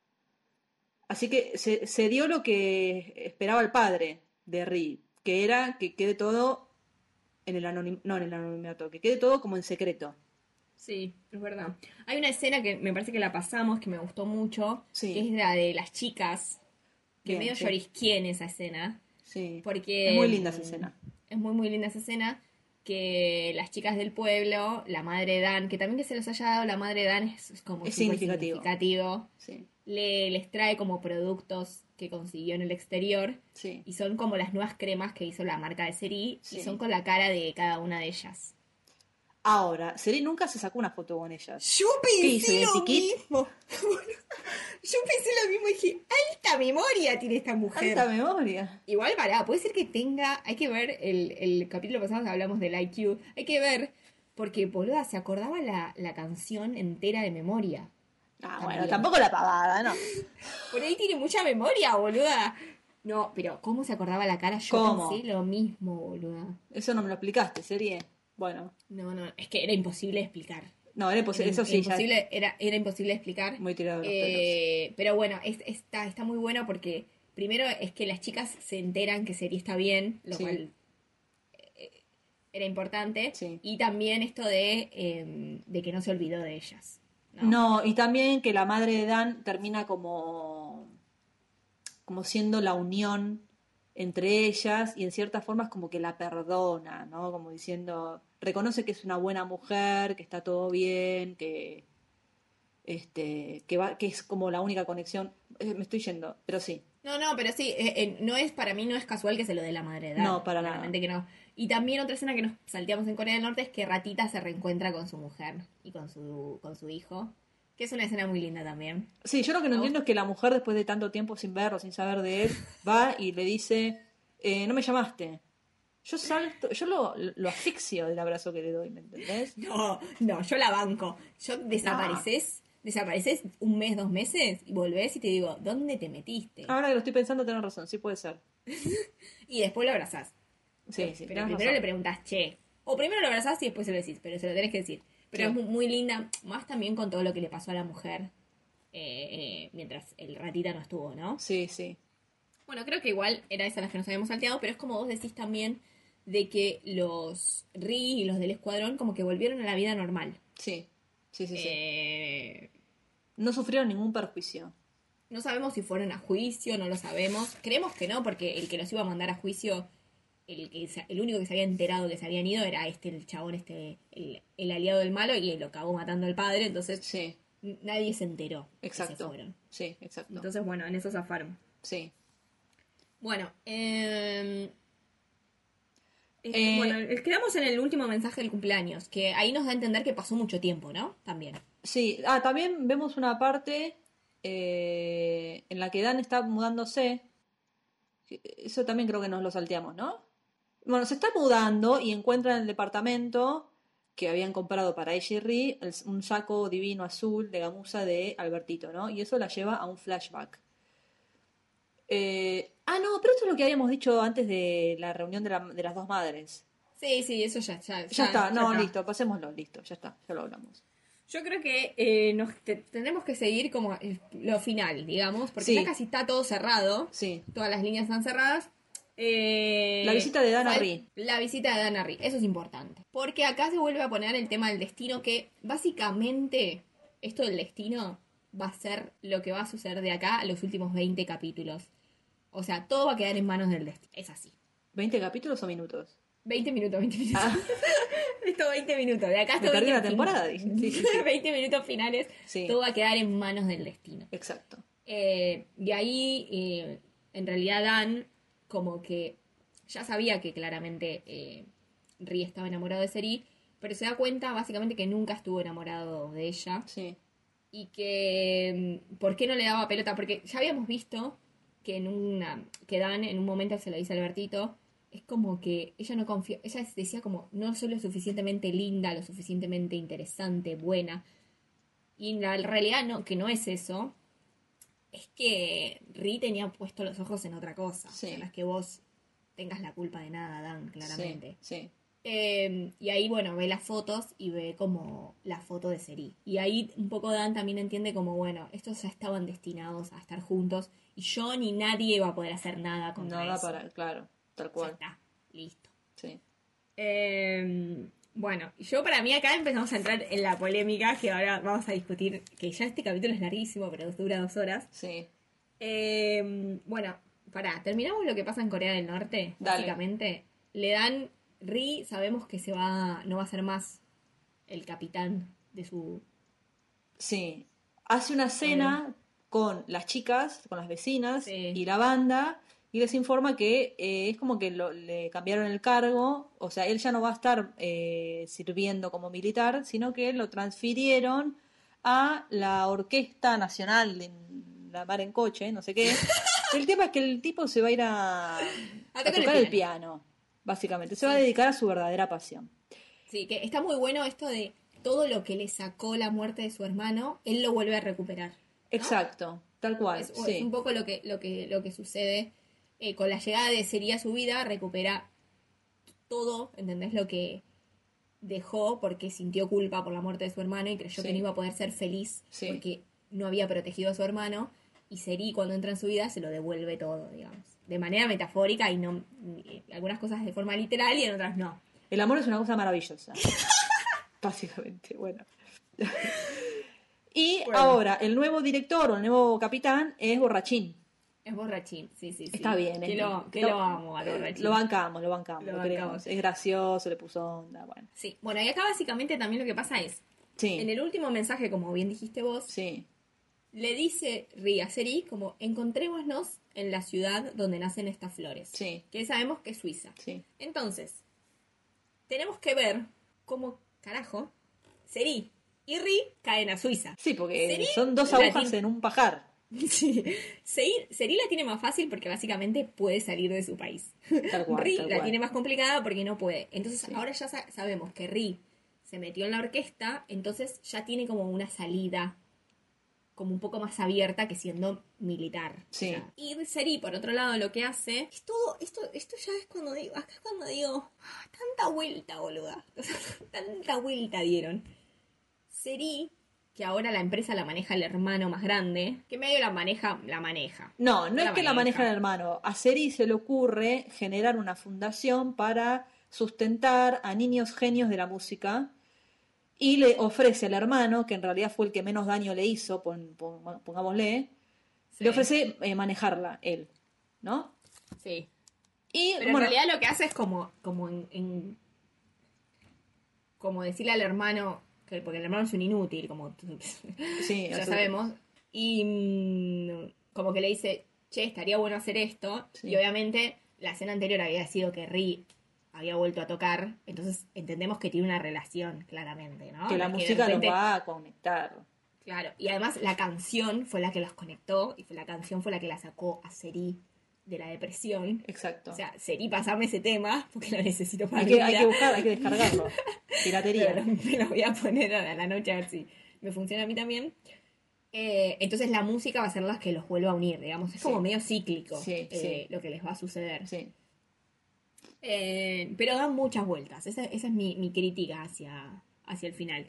Así que se, se dio lo que esperaba el padre de Ri, que era que quede todo en el anonim- no en el anonimato, que quede todo como en secreto. Sí, es verdad. Hay una escena que me parece que la pasamos, que me gustó mucho, Sí. que es la de las chicas, que Bien, medio sí. llorisqué en esa escena, Sí. porque... Es muy linda esa mm, escena. Es muy, muy linda esa escena, que las chicas del pueblo, la madre de Dan, que también que se los haya dado la madre de Dan es, es como Es súper significativo. significativo, Sí, le, les trae como productos que consiguió en el exterior, sí. y son como las nuevas cremas que hizo la marca de Seri, Sí. y son con la cara de cada una de ellas. Ahora, Seri nunca se sacó una foto con ellas. Yo ¿Qué hizo? pensé lo ¿Identikit? mismo. Yo pensé lo mismo y dije, alta memoria tiene esta mujer. Alta memoria. Igual, pará, puede ser que tenga, hay que ver, el, el capítulo pasado que hablamos del I Q, hay que ver, porque boluda, se acordaba la, la canción entera de memoria. Ah, También. bueno, tampoco la pavada, ¿no? Por ahí tiene mucha memoria, boluda. No, pero ¿cómo se acordaba la cara? Yo ¿Cómo? pensé lo mismo, boluda. Eso no me lo explicaste, Seri. Bueno, No, no, es que era imposible de explicar. no, era imposible. Era, Eso sí, ya imposible, era, era imposible de explicar. muy tirado de los Eh, pero bueno, es- está, está muy bueno porque primero es que las chicas se enteran que Seri está bien, lo Sí. cual eh, era importante. Sí. Y también esto de, eh, de que no se olvidó de ellas. ¿no? No, y también que la madre de Dan termina como, como siendo la unión entre ellas y en ciertas formas como que la perdona, ¿no? Como diciendo, reconoce que es una buena mujer, que está todo bien, que este, que va, que es como la única conexión. Eh, me estoy yendo, pero sí. No, no, pero sí, eh, eh, no es para mí no es casual que se lo dé la madre de Dan. No, para claramente nada. que no. Y también otra escena que nos salteamos en Corea del Norte es que Ratita se reencuentra con su mujer y con su, con su hijo. Que es una escena muy linda también. Sí, yo lo que no ¿A entiendo vos? es que la mujer, después de tanto tiempo sin verlo, sin saber de él, va y le dice, eh, no me llamaste. Yo salto, yo lo, lo asfixio del abrazo que le doy, ¿me entendés? No, no, yo la banco. Yo desapareces, desapareces un mes, dos meses y volvés y te digo, ¿dónde te metiste? Ahora que lo estoy pensando, tenés razón, sí puede ser. Y después lo abrazás. Sí, sí, Pero tenés primero razón. le preguntás, che. O primero lo abrazás y después se lo decís, pero se lo tenés que decir. Pero Sí. es muy, muy linda, más también con todo lo que le pasó a la mujer eh, eh, mientras el ratita no estuvo, ¿no? Sí, sí. Bueno, creo que igual era esa la que nos habíamos salteado, pero es como vos decís también de que los Ri y los del escuadrón como que volvieron a la vida normal. Sí, sí, sí, sí. Eh, No sufrieron ningún perjuicio. no sabemos si fueron a juicio, no lo sabemos. Creemos que no, porque el que los iba a mandar a juicio, el, que se- el único que se había enterado que se habían ido era este, el chabón, este, el, el aliado del malo, y lo acabó matando al padre, entonces Sí, n- nadie se enteró que se exacto. fueron. Sí, exacto. Entonces, bueno, en eso zafaron. Sí. Bueno, eh, eh, Eh, bueno, eh, quedamos en el último mensaje del cumpleaños, que ahí nos da a entender que pasó mucho tiempo, ¿no? También. Sí, ah, también vemos una parte eh, en la que Dan está mudándose. Eso también creo que nos lo salteamos, ¿no? Bueno, se está mudando y encuentra en el departamento que habían comprado para ella y Ri el- un saco divino azul de gamuza de Albertito, ¿no? Y eso la lleva a un flashback. Eh, ah, no, pero esto es lo que habíamos dicho antes de la reunión de, la- de las dos madres. Sí, sí, eso ya, ya, Ya, está, no, está. listo, pasémoslo, listo, ya está, ya lo hablamos. Yo creo que eh, nos te- tendremos que seguir como el- lo final, digamos, porque Sí. ya casi está todo cerrado. Sí, Todas las líneas están cerradas. Eh, La visita de Dan a fal- Ri. La visita de Dan a Ri, eso es importante. Porque acá se vuelve a poner el tema del destino, que básicamente esto del destino va a ser lo que va a suceder de acá a los últimos veinte capítulos. O sea, todo va a quedar en manos del destino. Es así. ¿veinte capítulos o minutos? veinte minutos, veinte minutos. Ah. Esto veinte minutos. De acá hasta Me perdí veinte una temporada, dije. Sí, sí, sí. veinte minutos finales. Sí. Todo va a quedar en manos del destino. Exacto. Eh, y ahí, eh, en realidad, Dan, como que ya sabía que claramente eh, Ri estaba enamorado de Seri, pero se da cuenta básicamente que nunca estuvo enamorado de ella. Sí. Y que, mm, ¿por qué no le daba pelota? Porque ya habíamos visto que en una que Dan en un momento se lo dice a Albertito, es como que ella no confía, ella decía como, no soy lo suficientemente linda, lo suficientemente interesante, buena. Y la realidad no, que no es eso. Es que Ri tenía puesto los ojos en otra cosa. Sí. En las que vos tengas la culpa de nada, Dan, claramente. Sí, sí. Eh, y ahí, bueno, ve las fotos y ve como la foto de Seri. Y ahí un poco Dan también entiende como, bueno, estos ya estaban destinados a estar juntos y yo ni nadie va a poder hacer nada contra Nada eso. para, claro, tal Ya cual. está, listo. Sí. Eh, bueno, yo para mí acá empezamos a entrar en la polémica que ahora vamos a discutir, que ya este capítulo es larguísimo, pero dura dos horas. Sí. Eh, bueno, pará, terminamos lo que pasa en Corea del Norte, Dale. básicamente. Le dan, Ri, sabemos que se va, no va a ser más el capitán de su... Sí. Hace una cena con las chicas, con las vecinas Sí. y la banda, y les informa que eh, es como que lo- le cambiaron el cargo, o sea, él ya no va a estar eh, sirviendo como militar, sino que lo transfirieron a la Orquesta Nacional de la Mar en Coche, no sé qué. El tema es que el tipo se va a ir a, a tocar el tocar el piano. piano, básicamente. Se va a dedicar a su verdadera pasión. Sí, que está muy bueno esto de todo lo que le sacó la muerte de su hermano, él lo vuelve a recuperar. Exacto, tal cual, Es, sí. es un poco lo que, lo que, lo que sucede eh, con la llegada de Seri a su vida, recupera todo, ¿entendés? Lo que dejó porque sintió culpa por la muerte de su hermano y creyó Sí. que no iba a poder ser feliz Sí. porque no había protegido a su hermano. Y Seri, cuando entra en su vida, se lo devuelve todo, digamos. De manera metafórica y no y algunas cosas de forma literal y en otras no. El amor es una cosa maravillosa. Básicamente, bueno. Y Bueno. ahora, el nuevo director o el nuevo capitán es Borrachín. Es borrachín, sí, sí, sí. Está bien. Que es- lo, que lo- lo amo al borrachín. Lo bancamos, lo bancamos, Lo lo, bancamos. queremos. Es gracioso, le puso onda, bueno. Sí, bueno, y acá básicamente también lo que pasa es, Sí, en el último mensaje, como bien dijiste vos, sí, le dice Ri a Seri como, encontrémonos en la ciudad donde nacen estas flores. sí, Que sabemos que es Suiza. sí. Entonces, tenemos que ver cómo, carajo, Seri y Ri caen a Suiza. Sí, porque Seri son dos la agujas tiene- en un pajar. Sí. Seri, Seri la tiene más fácil porque básicamente puede salir de su país. Tal cual, Ri tal la cual. tiene más complicada porque no puede. Entonces Sí. ahora ya sa- sabemos que Ri se metió en la orquesta, entonces ya tiene como una salida como un poco más abierta que siendo militar. Sí. O sea, y Seri, por otro lado, lo que hace es todo, esto, esto ya es cuando digo, acá es cuando digo, "Ah, tanta vuelta, boluda. O sea, tanta vuelta dieron. Seri, que ahora la empresa la maneja el hermano más grande, que medio la maneja, la maneja. No, no La es que la maneja. maneja el hermano. A Seri se le ocurre generar una fundación para sustentar a niños genios de la música y le ofrece al hermano, que en realidad fue el que menos daño le hizo, pon- pon- pongámosle, Sí. le ofrece eh, manejarla él, ¿no? Sí. Y Pero bueno, en realidad lo que hace es como, como en, en- como decirle al hermano, que, porque el hermano es un inútil, como sí, ya o sea, sabemos, y mm, como que le dice, che, estaría bueno hacer esto, Sí. y obviamente la escena anterior había sido que Ri había vuelto a tocar, entonces entendemos que tiene una relación, claramente, ¿no? que la de música repente- los va a conectar. Claro, y además la canción fue la que los conectó, y fue la canción fue la que la sacó a Seri de la depresión. Exacto. O sea, Seri, pasame ese tema, porque lo necesito para hay, mi que, hay vida. que buscar, hay que descargarlo. Piratería. Pero me lo voy a poner a la noche a ver si me funciona a mí también. Eh, entonces la música va a ser la que los vuelva a unir, digamos. Es Sí. como medio cíclico Sí, eh, sí. lo que les va a suceder. Sí. Eh, pero dan muchas vueltas. Esa, esa es mi, mi crítica hacia, hacia el final.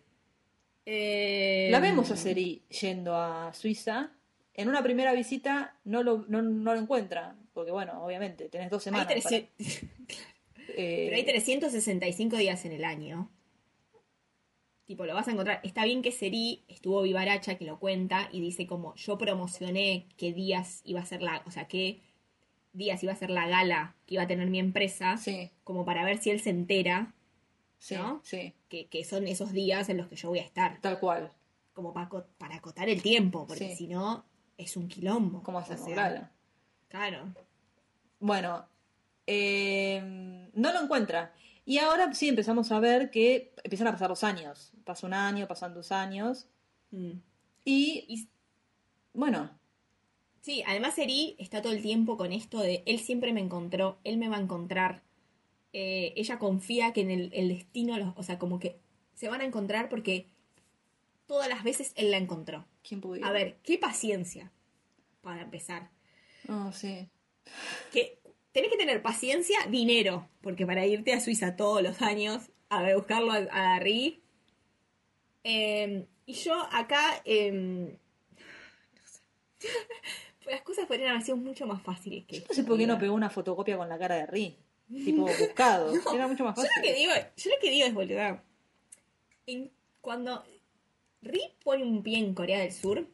Eh, La vemos a Seri yendo a Suiza. En una primera visita no lo, no, no lo encuentra, porque bueno, obviamente, tenés dos Hay semanas. trece- para- eh, Pero hay trescientos sesenta y cinco días en el año. Tipo, lo vas a encontrar. Está bien que Seri estuvo vivaracha, que lo cuenta, y dice como, yo promocioné qué días iba a ser la, o sea, qué días iba a ser la gala que iba a tener mi empresa, Sí, como para ver si él se entera, sí, ¿no? sí, Que, que son esos días en los que yo voy a estar. tal cual. Como para, para acotar el tiempo, porque Sí. si no, es un quilombo. ¿Cómo O hacemos? sea, Claro. claro. Bueno, eh, no lo encuentra. Y ahora sí empezamos a ver que empiezan a pasar los años. Pasa un año, pasan dos años. Mm. Y Y bueno, sí, además Seri está todo el tiempo con esto de él siempre me encontró, él me va a encontrar. Eh, ella confía que en el, el destino, los, o sea, como que se van a encontrar porque todas las veces él la encontró. ¿quién A pudiera? ver, qué paciencia, para empezar. Oh, sí. Que tenés que tener paciencia, dinero, porque para irte a Suiza todos los años a ver, buscarlo a, a Ri. Eh, y yo acá, eh, las cosas podrían haber sido mucho más fáciles que Yo no esto, sé por qué no boluda. pegó una fotocopia con la cara de Ri. Tipo, buscado. Era mucho más Yo lo fácil. que digo, yo lo que digo es, boluda, en- cuando Ri pone un pie en Corea del Sur,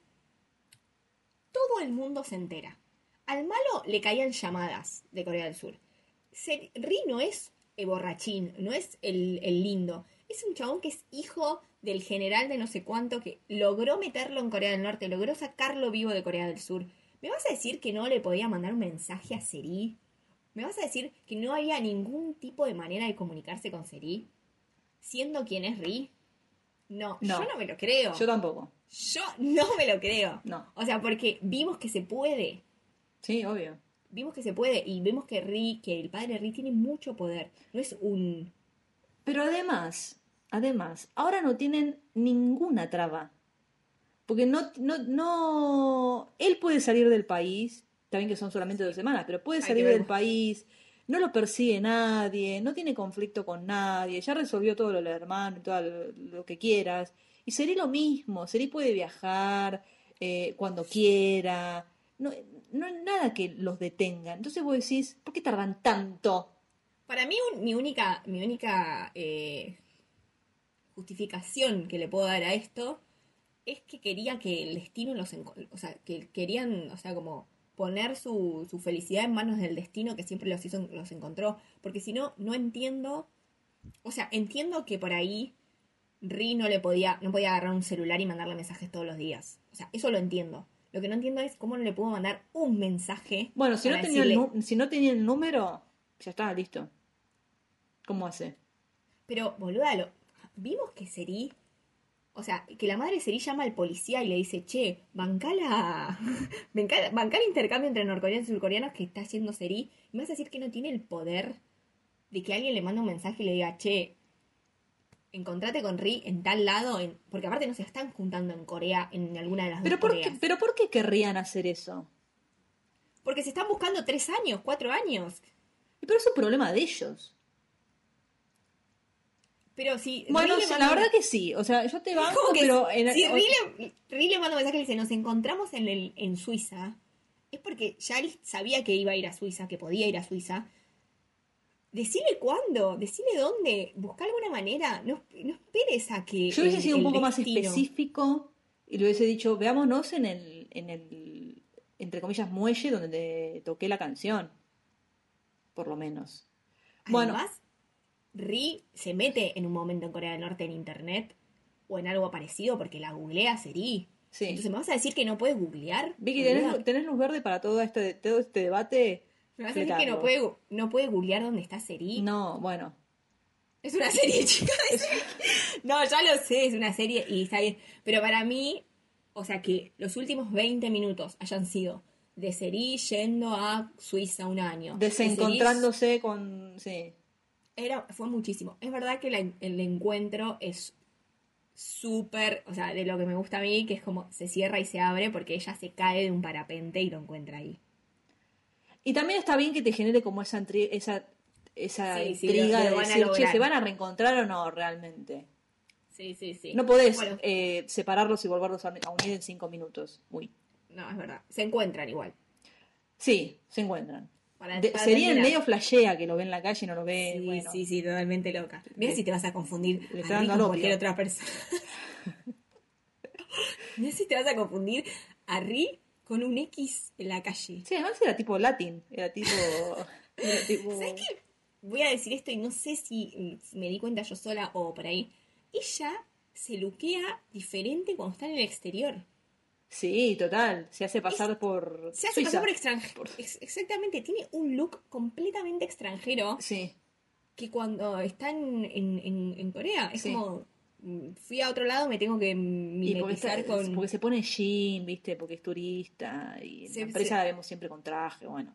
todo el mundo se entera. Al malo le caían llamadas de Corea del Sur. Se- Ri no es el borrachín, no es el, el lindo. Es un chabón que es hijo del general de no sé cuánto que logró meterlo en Corea del Norte, logró sacarlo vivo de Corea del Sur. ¿Me vas a decir que no le podía mandar un mensaje a Seri? ¿Me vas a decir que no había ningún tipo de manera de comunicarse con Seri? Siendo quien es Ri. No, yo No, no me lo creo. yo tampoco. Yo no me lo creo. No. O sea, porque vimos que se puede. Sí, obvio. Vimos que se puede. Y vemos que Ri, que el padre Ri tiene mucho poder. No es un. Pero además, además, ahora no tienen ninguna traba. Porque no, no, no, él puede salir del país, está bien que son solamente dos semanas, pero puede Hay que salir ver. del país, no lo persigue nadie, no tiene conflicto con nadie, ya resolvió todo lo del hermano y todo lo, lo que quieras. Y Seri lo mismo, Seri puede viajar eh, cuando quiera, no, no hay nada que los detenga. Entonces vos decís, ¿por qué tardan tanto? Para mí, un- mi única, mi única eh, justificación que le puedo dar a esto es que quería que el destino los enco- o sea, que querían, o sea, como poner su, su felicidad en manos del destino que siempre los hizo, los encontró, porque si no, no entiendo, o sea, entiendo que por ahí Ri no le podía, no podía agarrar un celular y mandarle mensajes todos los días, o sea, eso lo entiendo. Lo que no entiendo es cómo no le puedo mandar un mensaje Bueno, si no para tenía el, decirle, nu- si no tenía el número, ya está, listo. ¿Cómo hace? pero boluda, lo, vimos que Seri, o sea, que la madre Seri llama al policía y le dice, che, bancá la... bancá, bancá el intercambio entre norcoreanos y surcoreanos que está haciendo Seri. Y me vas a decir que no tiene el poder de que alguien le manda un mensaje y le diga, che, encontrate con Ri en tal lado, en... porque aparte no se están juntando en Corea, en alguna de las ¿Pero dos por qué, Coreas. pero por qué querrían hacer eso? Porque se están buscando tres años, cuatro años. Pero es un problema de ellos. Pero si Bueno, Ri le sí, la manda verdad un... que sí. O sea, yo te banco, ¿Cómo que pero... En, si o- Ri le, Ri le manda un mensaje y le dice, nos encontramos en, el, en Suiza, es porque ya él sabía que iba a ir a Suiza, que podía ir a Suiza. Decile cuándo, decile dónde, busca alguna manera. No, no esperes a que yo hubiese el, sido un el poco más destino... específico y le hubiese dicho, veámonos en el, en el, entre comillas, muelle donde te toqué la canción. Por lo menos. Bueno, Además, Ri se mete en un momento en Corea del Norte en internet o en algo parecido porque la googlea Seri. sí. Entonces, ¿me vas a decir que no puedes googlear? Vicky, ¿tenés, Boluda? lu- tenés luz verde para todo este, todo este debate? ¿Me vas a decir que no Explicarlo. puede, gu- no puede googlear dónde está Seri? No, bueno. Es una serie, chicas. No, ya lo sé, es una serie y está bien. Pero para mí, o sea, que los últimos veinte minutos hayan sido de Seri yendo a Suiza un año. de Seri- Desencontrándose con... Sí. Era, fue muchísimo. Es verdad que la- el encuentro es súper, o sea, de lo que me gusta a mí, que es como se cierra y se abre porque ella se cae de un parapente y lo encuentra ahí. Y también está bien que te genere como esa, intri- esa, esa Sí, sí, intriga lo- de lo van a decir, che, lograr. ¿se van a reencontrar o no realmente? Sí, sí, sí. No podés Bueno, eh, separarlos y volverlos a a unir en cinco minutos. Uy. no, es verdad. Se encuentran igual. Sí, se encuentran. Para, De, para sería terminar. medio flashea que lo ve en la calle y no lo ve. Sí, bueno, sí, sí, totalmente loca. Mira Le- si te vas a confundir le a está Rick dando con al cualquier opio. otra persona. Mira si te vas a confundir a Rick con un X en la calle. Sí, además era tipo latín. Era tipo. Era tipo. ¿Sabes qué? Voy a decir esto y no sé si, si me di cuenta yo sola o por ahí. Ella se luquea diferente cuando está en el exterior. Sí, total. Se hace Es- pasar por. Se hace Suiza. pasar por extranjero. Exactamente, tiene un look completamente extranjero Sí, que cuando está en, en, en- en Corea. Es sí. como, mm, fui a otro lado, me tengo que Y porque, está- mimetizar con... porque se pone jean, ¿viste? Porque es turista. Y en la se- empresa se- la vemos siempre con traje, bueno.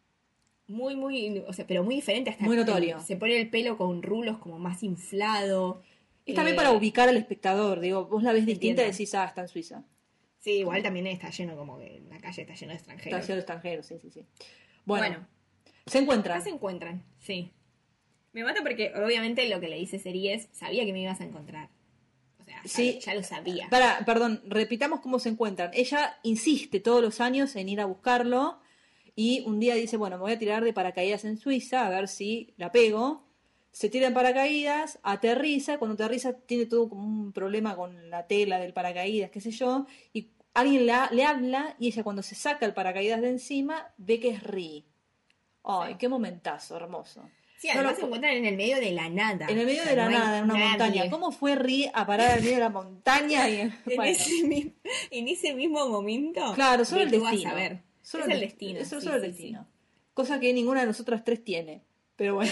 muy, muy, o sea, pero muy diferente hasta Muy el- notorio. se pone el pelo con rulos como más inflado. Es también eh, para ubicar al espectador. Digo, vos la ves distinta y entiendo. decís, ah, está en Suiza. Sí, igual también está lleno como que la calle está lleno de Está extranjeros. haciendo extranjero, sí, sí, sí. Bueno, Bueno, se encuentran. acá se encuentran, sí. Me mata porque obviamente lo que le dice Seri es, sabía que me ibas a encontrar. O sea, ya, Sí. lo- ya lo sabía. Para, perdón, repitamos cómo se encuentran. Ella insiste todos los años en ir a buscarlo y un día dice, bueno, me voy a tirar de paracaídas en Suiza a ver si la pego. Se tira en paracaídas, aterriza, cuando aterriza tiene todo como un problema con la tela del paracaídas, qué sé yo, y alguien la- le habla y ella cuando se saca el paracaídas de encima ve que es Ri. Ay, Sí. qué momentazo, hermoso. Sí, No además lo se pu- encuentran en el medio de la nada. En el medio O sea, de la no hay nada, en una nadie. montaña. ¿Cómo fue Ri a parar al medio de la montaña? Y, En, bueno. ese, mi- en ese mismo momento. Claro, solo el ve tú a destino. saber. Solo es el des- destino. Eso es sí, solo el sí, destino. Cosa que ninguna de nosotras tres tiene. Pero bueno.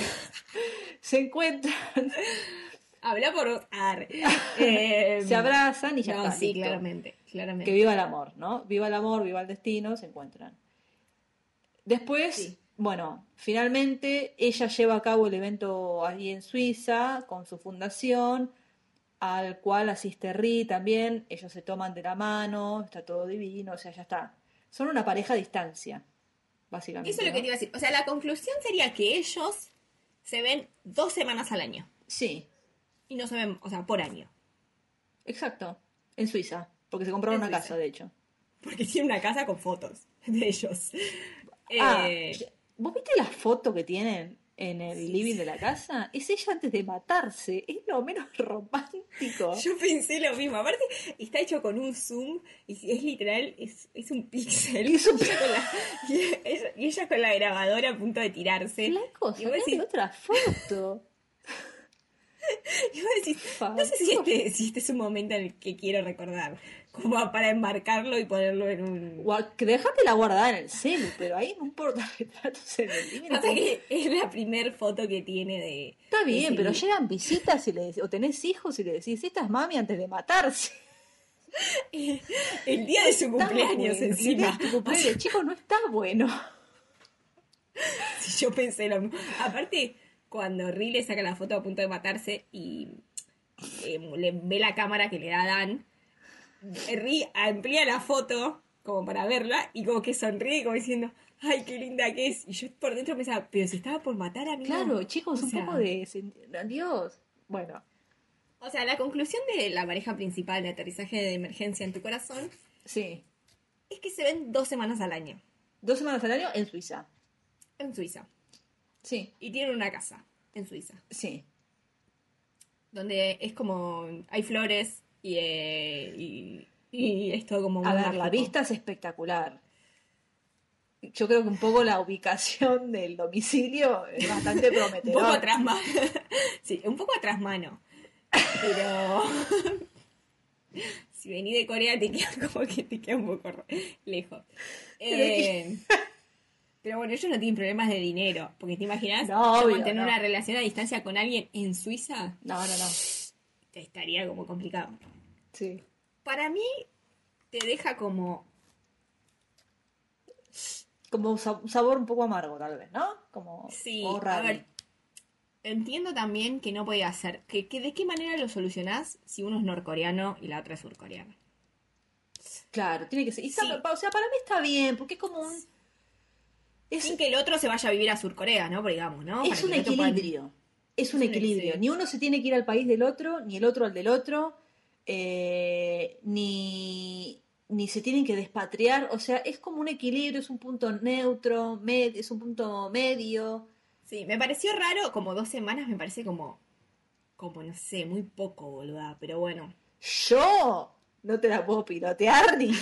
Se encuentran, sí. Habla por... Ar. Eh, se abrazan y ya no, está. sí, listo. claramente. claramente. Que viva el amor, ¿no? Viva el amor, viva el destino, se encuentran. Después, Sí. bueno, finalmente ella lleva a cabo el evento allí en Suiza con su fundación, al cual asiste Ri también. Ellos se toman de la mano, está todo divino, o sea, ya está. Son una pareja a distancia, básicamente. Eso es lo que ¿no? te iba a decir. O sea, la conclusión sería que ellos se ven dos semanas al año. Sí, Y no se ven, o sea, por año. exacto. En Suiza, porque se compraron En una Suiza. casa, de hecho. Porque tiene una casa con fotos de ellos. Ah, Eh, ¿vos viste la foto que tienen en el Sí, living sí. de la casa? Es ella antes de matarse. Es lo menos romántico. Yo pensé lo mismo. Aparte, está hecho con un zoom y si- es literal, es, es un píxel. Es un- Y ella con la- y ella, y ella con la grabadora a punto de tirarse. Flaco, Y vos sacate decís, otra foto. y vos decís, Por no sé si favor. este, si este es un momento en el que quiero recordar. Como para enmarcarlo y ponerlo en un... Gua- que Dejátela guardada en el celu, pero ahí no importa retratos en el living. Pasa que es la primer foto que tiene de... Está de bien, pero ese- llegan visitas y le dec- o tenés hijos y le decís, esta es mami antes de matarse. El día de su Está cumpleaños bueno. El día encima. de tu cumpleaños, chico, no está bueno. Sí, yo pensé lo mismo. Aparte, cuando Ri le saca la foto a punto de matarse y eh, le ve la cámara que le da Dan, Ri amplía la foto como para verla y como que sonríe como diciendo, ay, qué linda que es. Y yo por dentro pensaba, pero si estaba por matar a mí. Claro, chicos, O un sea, poco de... sen- Dios. Bueno, O sea, la conclusión de la pareja principal de aterrizaje de emergencia en tu corazón sí. es que se ven dos semanas al año Dos semanas al año en Suiza. en Suiza. Sí, Y tienen una casa en Suiza. sí. Donde es como hay flores y, eh, y, y es todo como muy A ver, la mágico. vista es espectacular. Yo creo que un poco la ubicación del domicilio es bastante un poco prometedor. atrás mano. Sí, un poco atrás mano. Pero si venís de Corea te queda como que te queda un poco re- lejos. Eh, pero bueno, ellos no tienen problemas de dinero. Porque te imaginas No, yo obvio, mantener no. una relación a distancia con alguien en Suiza, No, no, no. te estaría como complicado. Sí. Para mí te deja como Como un sa- un sabor un poco amargo, tal vez, ¿no? Como, sí, como a raro. ver, entiendo también que no podía ser. Que, que ¿De qué manera lo solucionás si uno es norcoreano y la otra es surcoreana? Claro, tiene que ser. Y está- Sí. o sea, para mí está bien, porque es como un. Es, Sin que el otro se vaya a vivir a Surcorea, ¿no? Por digamos, ¿no? es Para un que el otro pueda- equilibrio. Es un Es un equilibrio. equilibrio. Ni uno se tiene que ir al país del otro, ni el otro al del otro. eh, ni. ni se tienen que despatriar, o sea, es como un equilibrio, es un punto neutro, med- es un punto medio. Sí, me pareció raro, como dos semanas me parece como, como no sé, muy poco, boluda, pero bueno. Yo no te la puedo pilotear ni...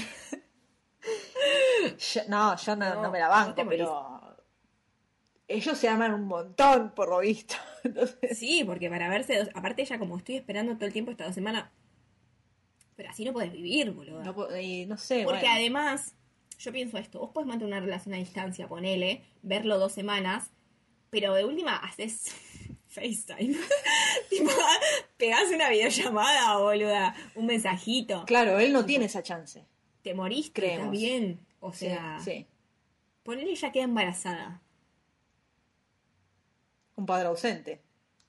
Yo- no, yo no, no me No, la vos te banco, morís. pero ellos se aman un montón, por lo visto. Entonces, Sí, porque para verse, dos- aparte ya como estoy esperando todo el tiempo esta dos semanas, pero así no puedes vivir, no, boluda. puedo- y no sé, Porque bueno. además, yo pienso esto, vos podés mantener una relación a distancia, ponele, verlo dos semanas, pero de última haces FaceTime. Tipo, pegás una videollamada, boluda, un mensajito. Claro, él no tiene Tipo, esa chance, te moriste, está creemos. bien. O Sí, sea, sí. ponele ya queda embarazada. Un padre ausente.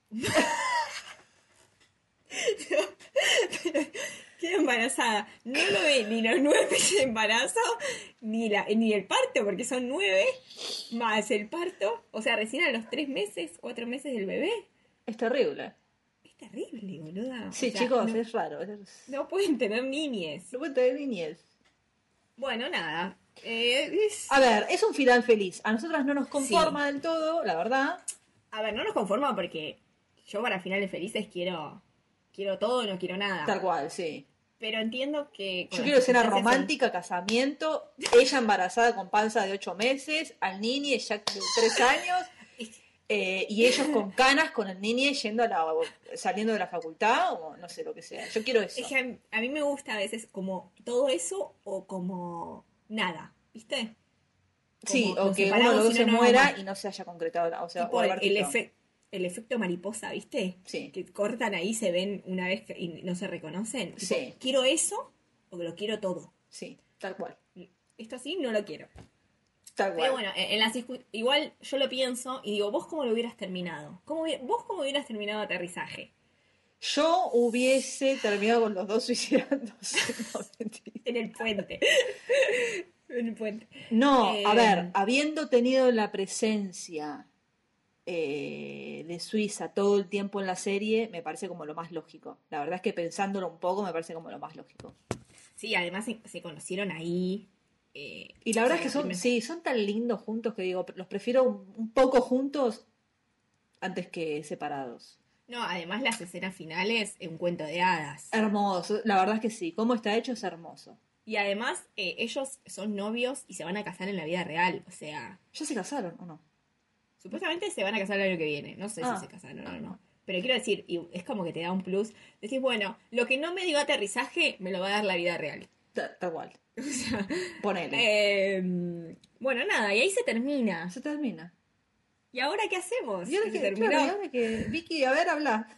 Queda embarazada. No lo ve ni los nueve meses de embarazo, ni, la, ni el parto, porque son nueve, más el parto. O sea, recién a los tres meses, cuatro meses del bebé. Es terrible. Es terrible, boluda. O Sí, sea, chicos, no, es raro. es- no pueden tener niñes. No puede tener niñez. Bueno, nada. Eh, es- A ver, es un final feliz. A nosotras no nos Sí. conforma del todo, la verdad. A ver, no nos conforma porque yo para finales felices quiero quiero todo, no quiero nada. Tal cual, sí. Pero entiendo que con Yo las quiero escena circunstancias son- romántica, casamiento, ella embarazada con panza de ocho meses, al niño ya de tres años, eh, y ellos con canas, con el niño yendo a la, saliendo de la facultad, o no sé lo que sea. Yo quiero eso. Es que a, a mí me gusta a veces como todo eso o como nada, ¿viste? Sí, Como o nos que uno separamos de los dos y se no nos muera más. y no se haya concretado, la- o sea, o Tipo el, el, Albertito. efe- el efecto mariposa, ¿viste? Sí. Que cortan ahí, se ven una vez que- y no se reconocen. Tipo, Sí. quiero eso o que lo quiero todo. Sí, tal cual. Esto sí, no lo quiero. Tal cual. Pero bueno, en en las circun- igual yo lo pienso y digo, ¿vos cómo lo hubieras terminado? ¿Cómo, hubi- ¿Vos cómo hubieras terminado aterrizaje? Yo hubiese terminado con los dos suicidándose. No, mentira. En el puente. En el puente. No, Eh, a ver, habiendo tenido la presencia eh, de Suiza todo el tiempo en la serie, me parece como lo más lógico. La verdad es que pensándolo un poco, me parece como lo más lógico. Sí, además se, se conocieron ahí. eh, Y la o verdad sea, es que son, primer- sí, son tan lindos juntos que digo, los prefiero un, un poco juntos antes que separados. No, además las escenas finales, eh, un cuento de hadas. Hermoso, la verdad es que sí, cómo está hecho es hermoso. Y además eh, ellos son novios y se van a casar en la vida real. O sea, ¿Ya se casaron o no? supuestamente se van a casar el año que viene. No sé Ah. si se casaron o no. Pero quiero decir, y es como que te da un plus. Decís, bueno, lo que no me dio aterrizaje me lo va a dar la vida real. Ta- Tal cual. O sea, Ponele. eh, bueno, nada, y ahí se termina. Se termina. ¿Y ahora qué hacemos? Y ahora Que que, se claro, terminó. y ahora que Vicky, a ver, habla.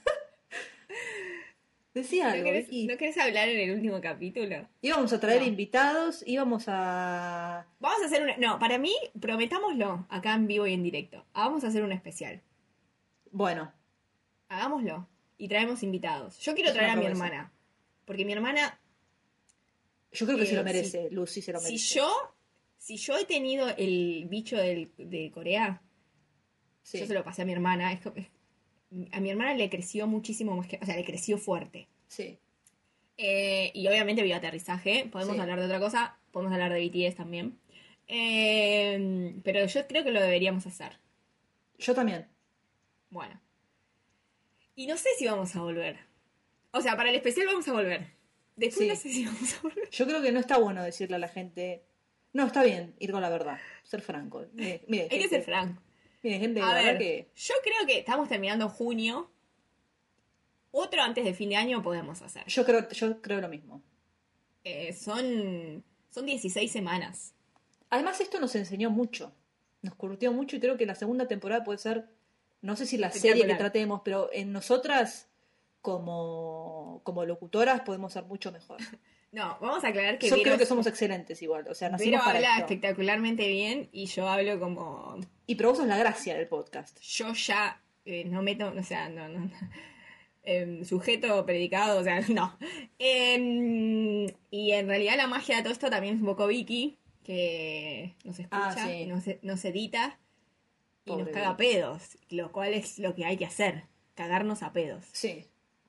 Decía ¿No algo, querés, Vicky. ¿No querés hablar en el último capítulo? Íbamos a traer No. invitados, íbamos a... Vamos a hacer una... No, para mí, prometámoslo acá en vivo y en directo. Vamos a hacer un especial. Bueno, Hagámoslo. Y traemos invitados. Yo quiero Es traer a una mi promesa. hermana. Porque mi hermana, yo creo que se Eh, lo merece, Lucy se lo si merece. yo, si yo he tenido el bicho del- de Corea, Sí. yo se lo pasé a mi hermana. Es co- es- a mi hermana le creció muchísimo más que... O sea, le creció fuerte. Sí. Eh, y obviamente vio aterrizaje. Podemos Sí. hablar de otra cosa. Podemos hablar de B T S también. Eh, pero yo creo que lo deberíamos hacer. Yo también. Bueno. Y no sé si vamos a volver. O sea, para el especial vamos a volver. Después Sí. no sé si vamos a volver. Yo creo que no está bueno decirle a la gente... No, está bien ir con la verdad, ser franco. Mire, mire, Hay que gente, ser franco. mire, gente, A la verdad ver, que... yo creo que estamos terminando junio. Otro antes de fin de año podemos hacer. Yo creo, yo creo lo mismo. Eh, son, son dieciséis semanas. Además, esto nos enseñó mucho. Nos curtió mucho y creo que la segunda temporada puede ser, no sé si la serie que Espectacular. tratemos, pero en nosotras, como, como locutoras, podemos ser mucho mejor. No, vamos a aclarar que Yo Vero, creo que somos excelentes igual. O sea, Vero nacimos para habla esto. espectacularmente bien y yo hablo como... Y pero vos sos la gracia del podcast. Yo ya eh, no meto, o sea, no, no, no. Em, sujeto, predicado, o sea, no. Em, y en realidad la magia de todo esto también es un poco Vicky, que nos escucha, Ah, sí. nos, nos edita y Pobre nos caga a Vicky. pedos, lo cual es lo que hay que hacer, cagarnos a pedos. Sí.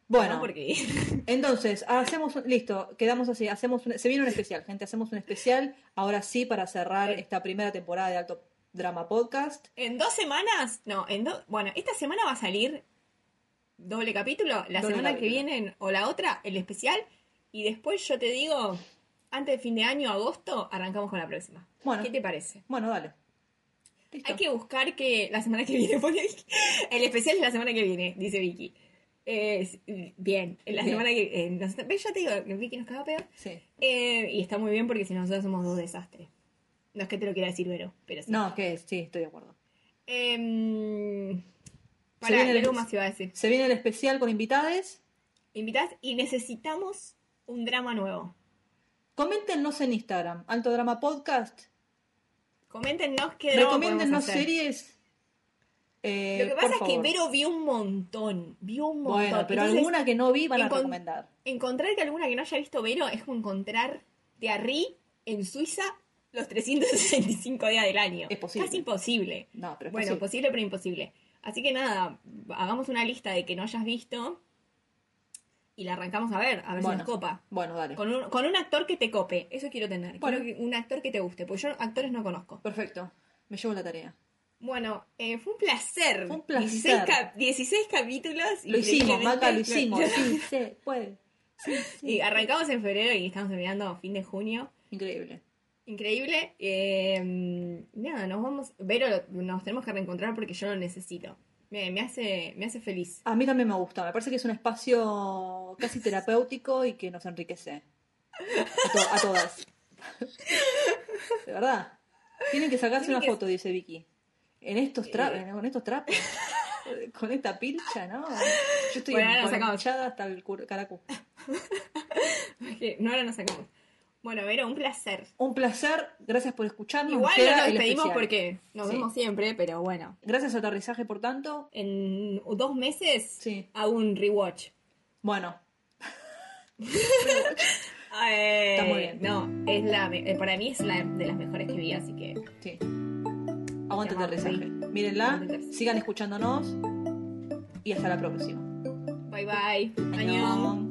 Bueno, ¿no? Porque... entonces, hacemos un- listo, quedamos así, hacemos un- se viene un especial, gente, hacemos un especial, ahora sí, para cerrar Eh. esta primera temporada de Alto Drama Podcast. En dos semanas, no, en dos, bueno, esta semana va a salir doble capítulo, la Doble semana que capítulo. viene o la otra, el especial, y después yo te digo, antes de fin de año, agosto, arrancamos con la próxima. Bueno. ¿Qué te parece? Bueno, dale. Listo. Hay que buscar que la semana que viene, pone Vicky. El especial es la semana que viene, dice Vicky. Eh, bien, la Bien. semana que eh, nos- ¿ves? Ya te digo que Vicky nos caga peor. Sí. Eh, y está muy bien porque si nosotros somos dos desastres. No es que te lo quiera decir, Vero, pero sí. No, que sí, estoy de acuerdo. Eh, Se Pará, viene y el- algo más te iba a decir. Se viene el especial con invitades. Invitás y necesitamos un drama nuevo. Coméntenos en Instagram, Alto Drama Podcast. Coméntenos qué drama podemos Recomiéndennos hacer. series. Eh, Lo que pasa por es que favor. Vero vio un montón. Vio un montón. Bueno, pero Entonces, alguna que no vi van a encon- recomendar. Encontrar que alguna que no haya visto Vero es como encontrar de Arri en Suiza los trescientos sesenta y cinco días del año. Es posible. Casi imposible. No, pero es Bueno, posible. posible pero imposible. Así que nada, hagamos una lista de que no hayas visto y la arrancamos a ver, a ver Bueno. si nos copa. Bueno, dale. Con un, con un actor que te cope, eso quiero tener. Bueno. Quiero que- un actor que te guste, porque yo actores no conozco. Perfecto. Me llevo la tarea. Bueno, eh, fue un placer. Fue un placer. dieciséis, cap- dieciséis capítulos. Lo hicimos, increíblemente. Maca, lo hicimos. Sí, se puede. Sí, sí. Y arrancamos en febrero y estamos terminando fin de junio. Increíble. Increíble. Eh, nada, nos vamos. Vero, nos tenemos que reencontrar porque yo lo necesito. Me, me hace, me hace feliz. A mí también me gusta. Me parece que es un espacio casi terapéutico y que nos enriquece. A, to- a todas. De verdad. Tienen que sacarse Tienen una que- foto, dice Vicky. En estos trapos, Eh. con estos trapos. Con esta pilcha, ¿no? Yo estoy Bueno, ahora la sacamos. enganchada hasta el cur- caracú. Que no, ahora nos sacamos. Bueno, Vero, un placer. Un placer. Gracias por escucharnos. Igual Queda no nos el despedimos especial. porque nos Sí. vemos siempre, pero bueno. Gracias a Aterrizaje, por tanto. En dos meses Sí. hago un rewatch. Bueno, Eh, Está muy bien. No, es la, me- eh, para mí es la de las mejores que vi, así que sí. Aguante Te amamos, Aterrizaje. sí. Mírenla, Aguante Aterrizaje. sigan escuchándonos y hasta la próxima. bye bye. Añón. Añón.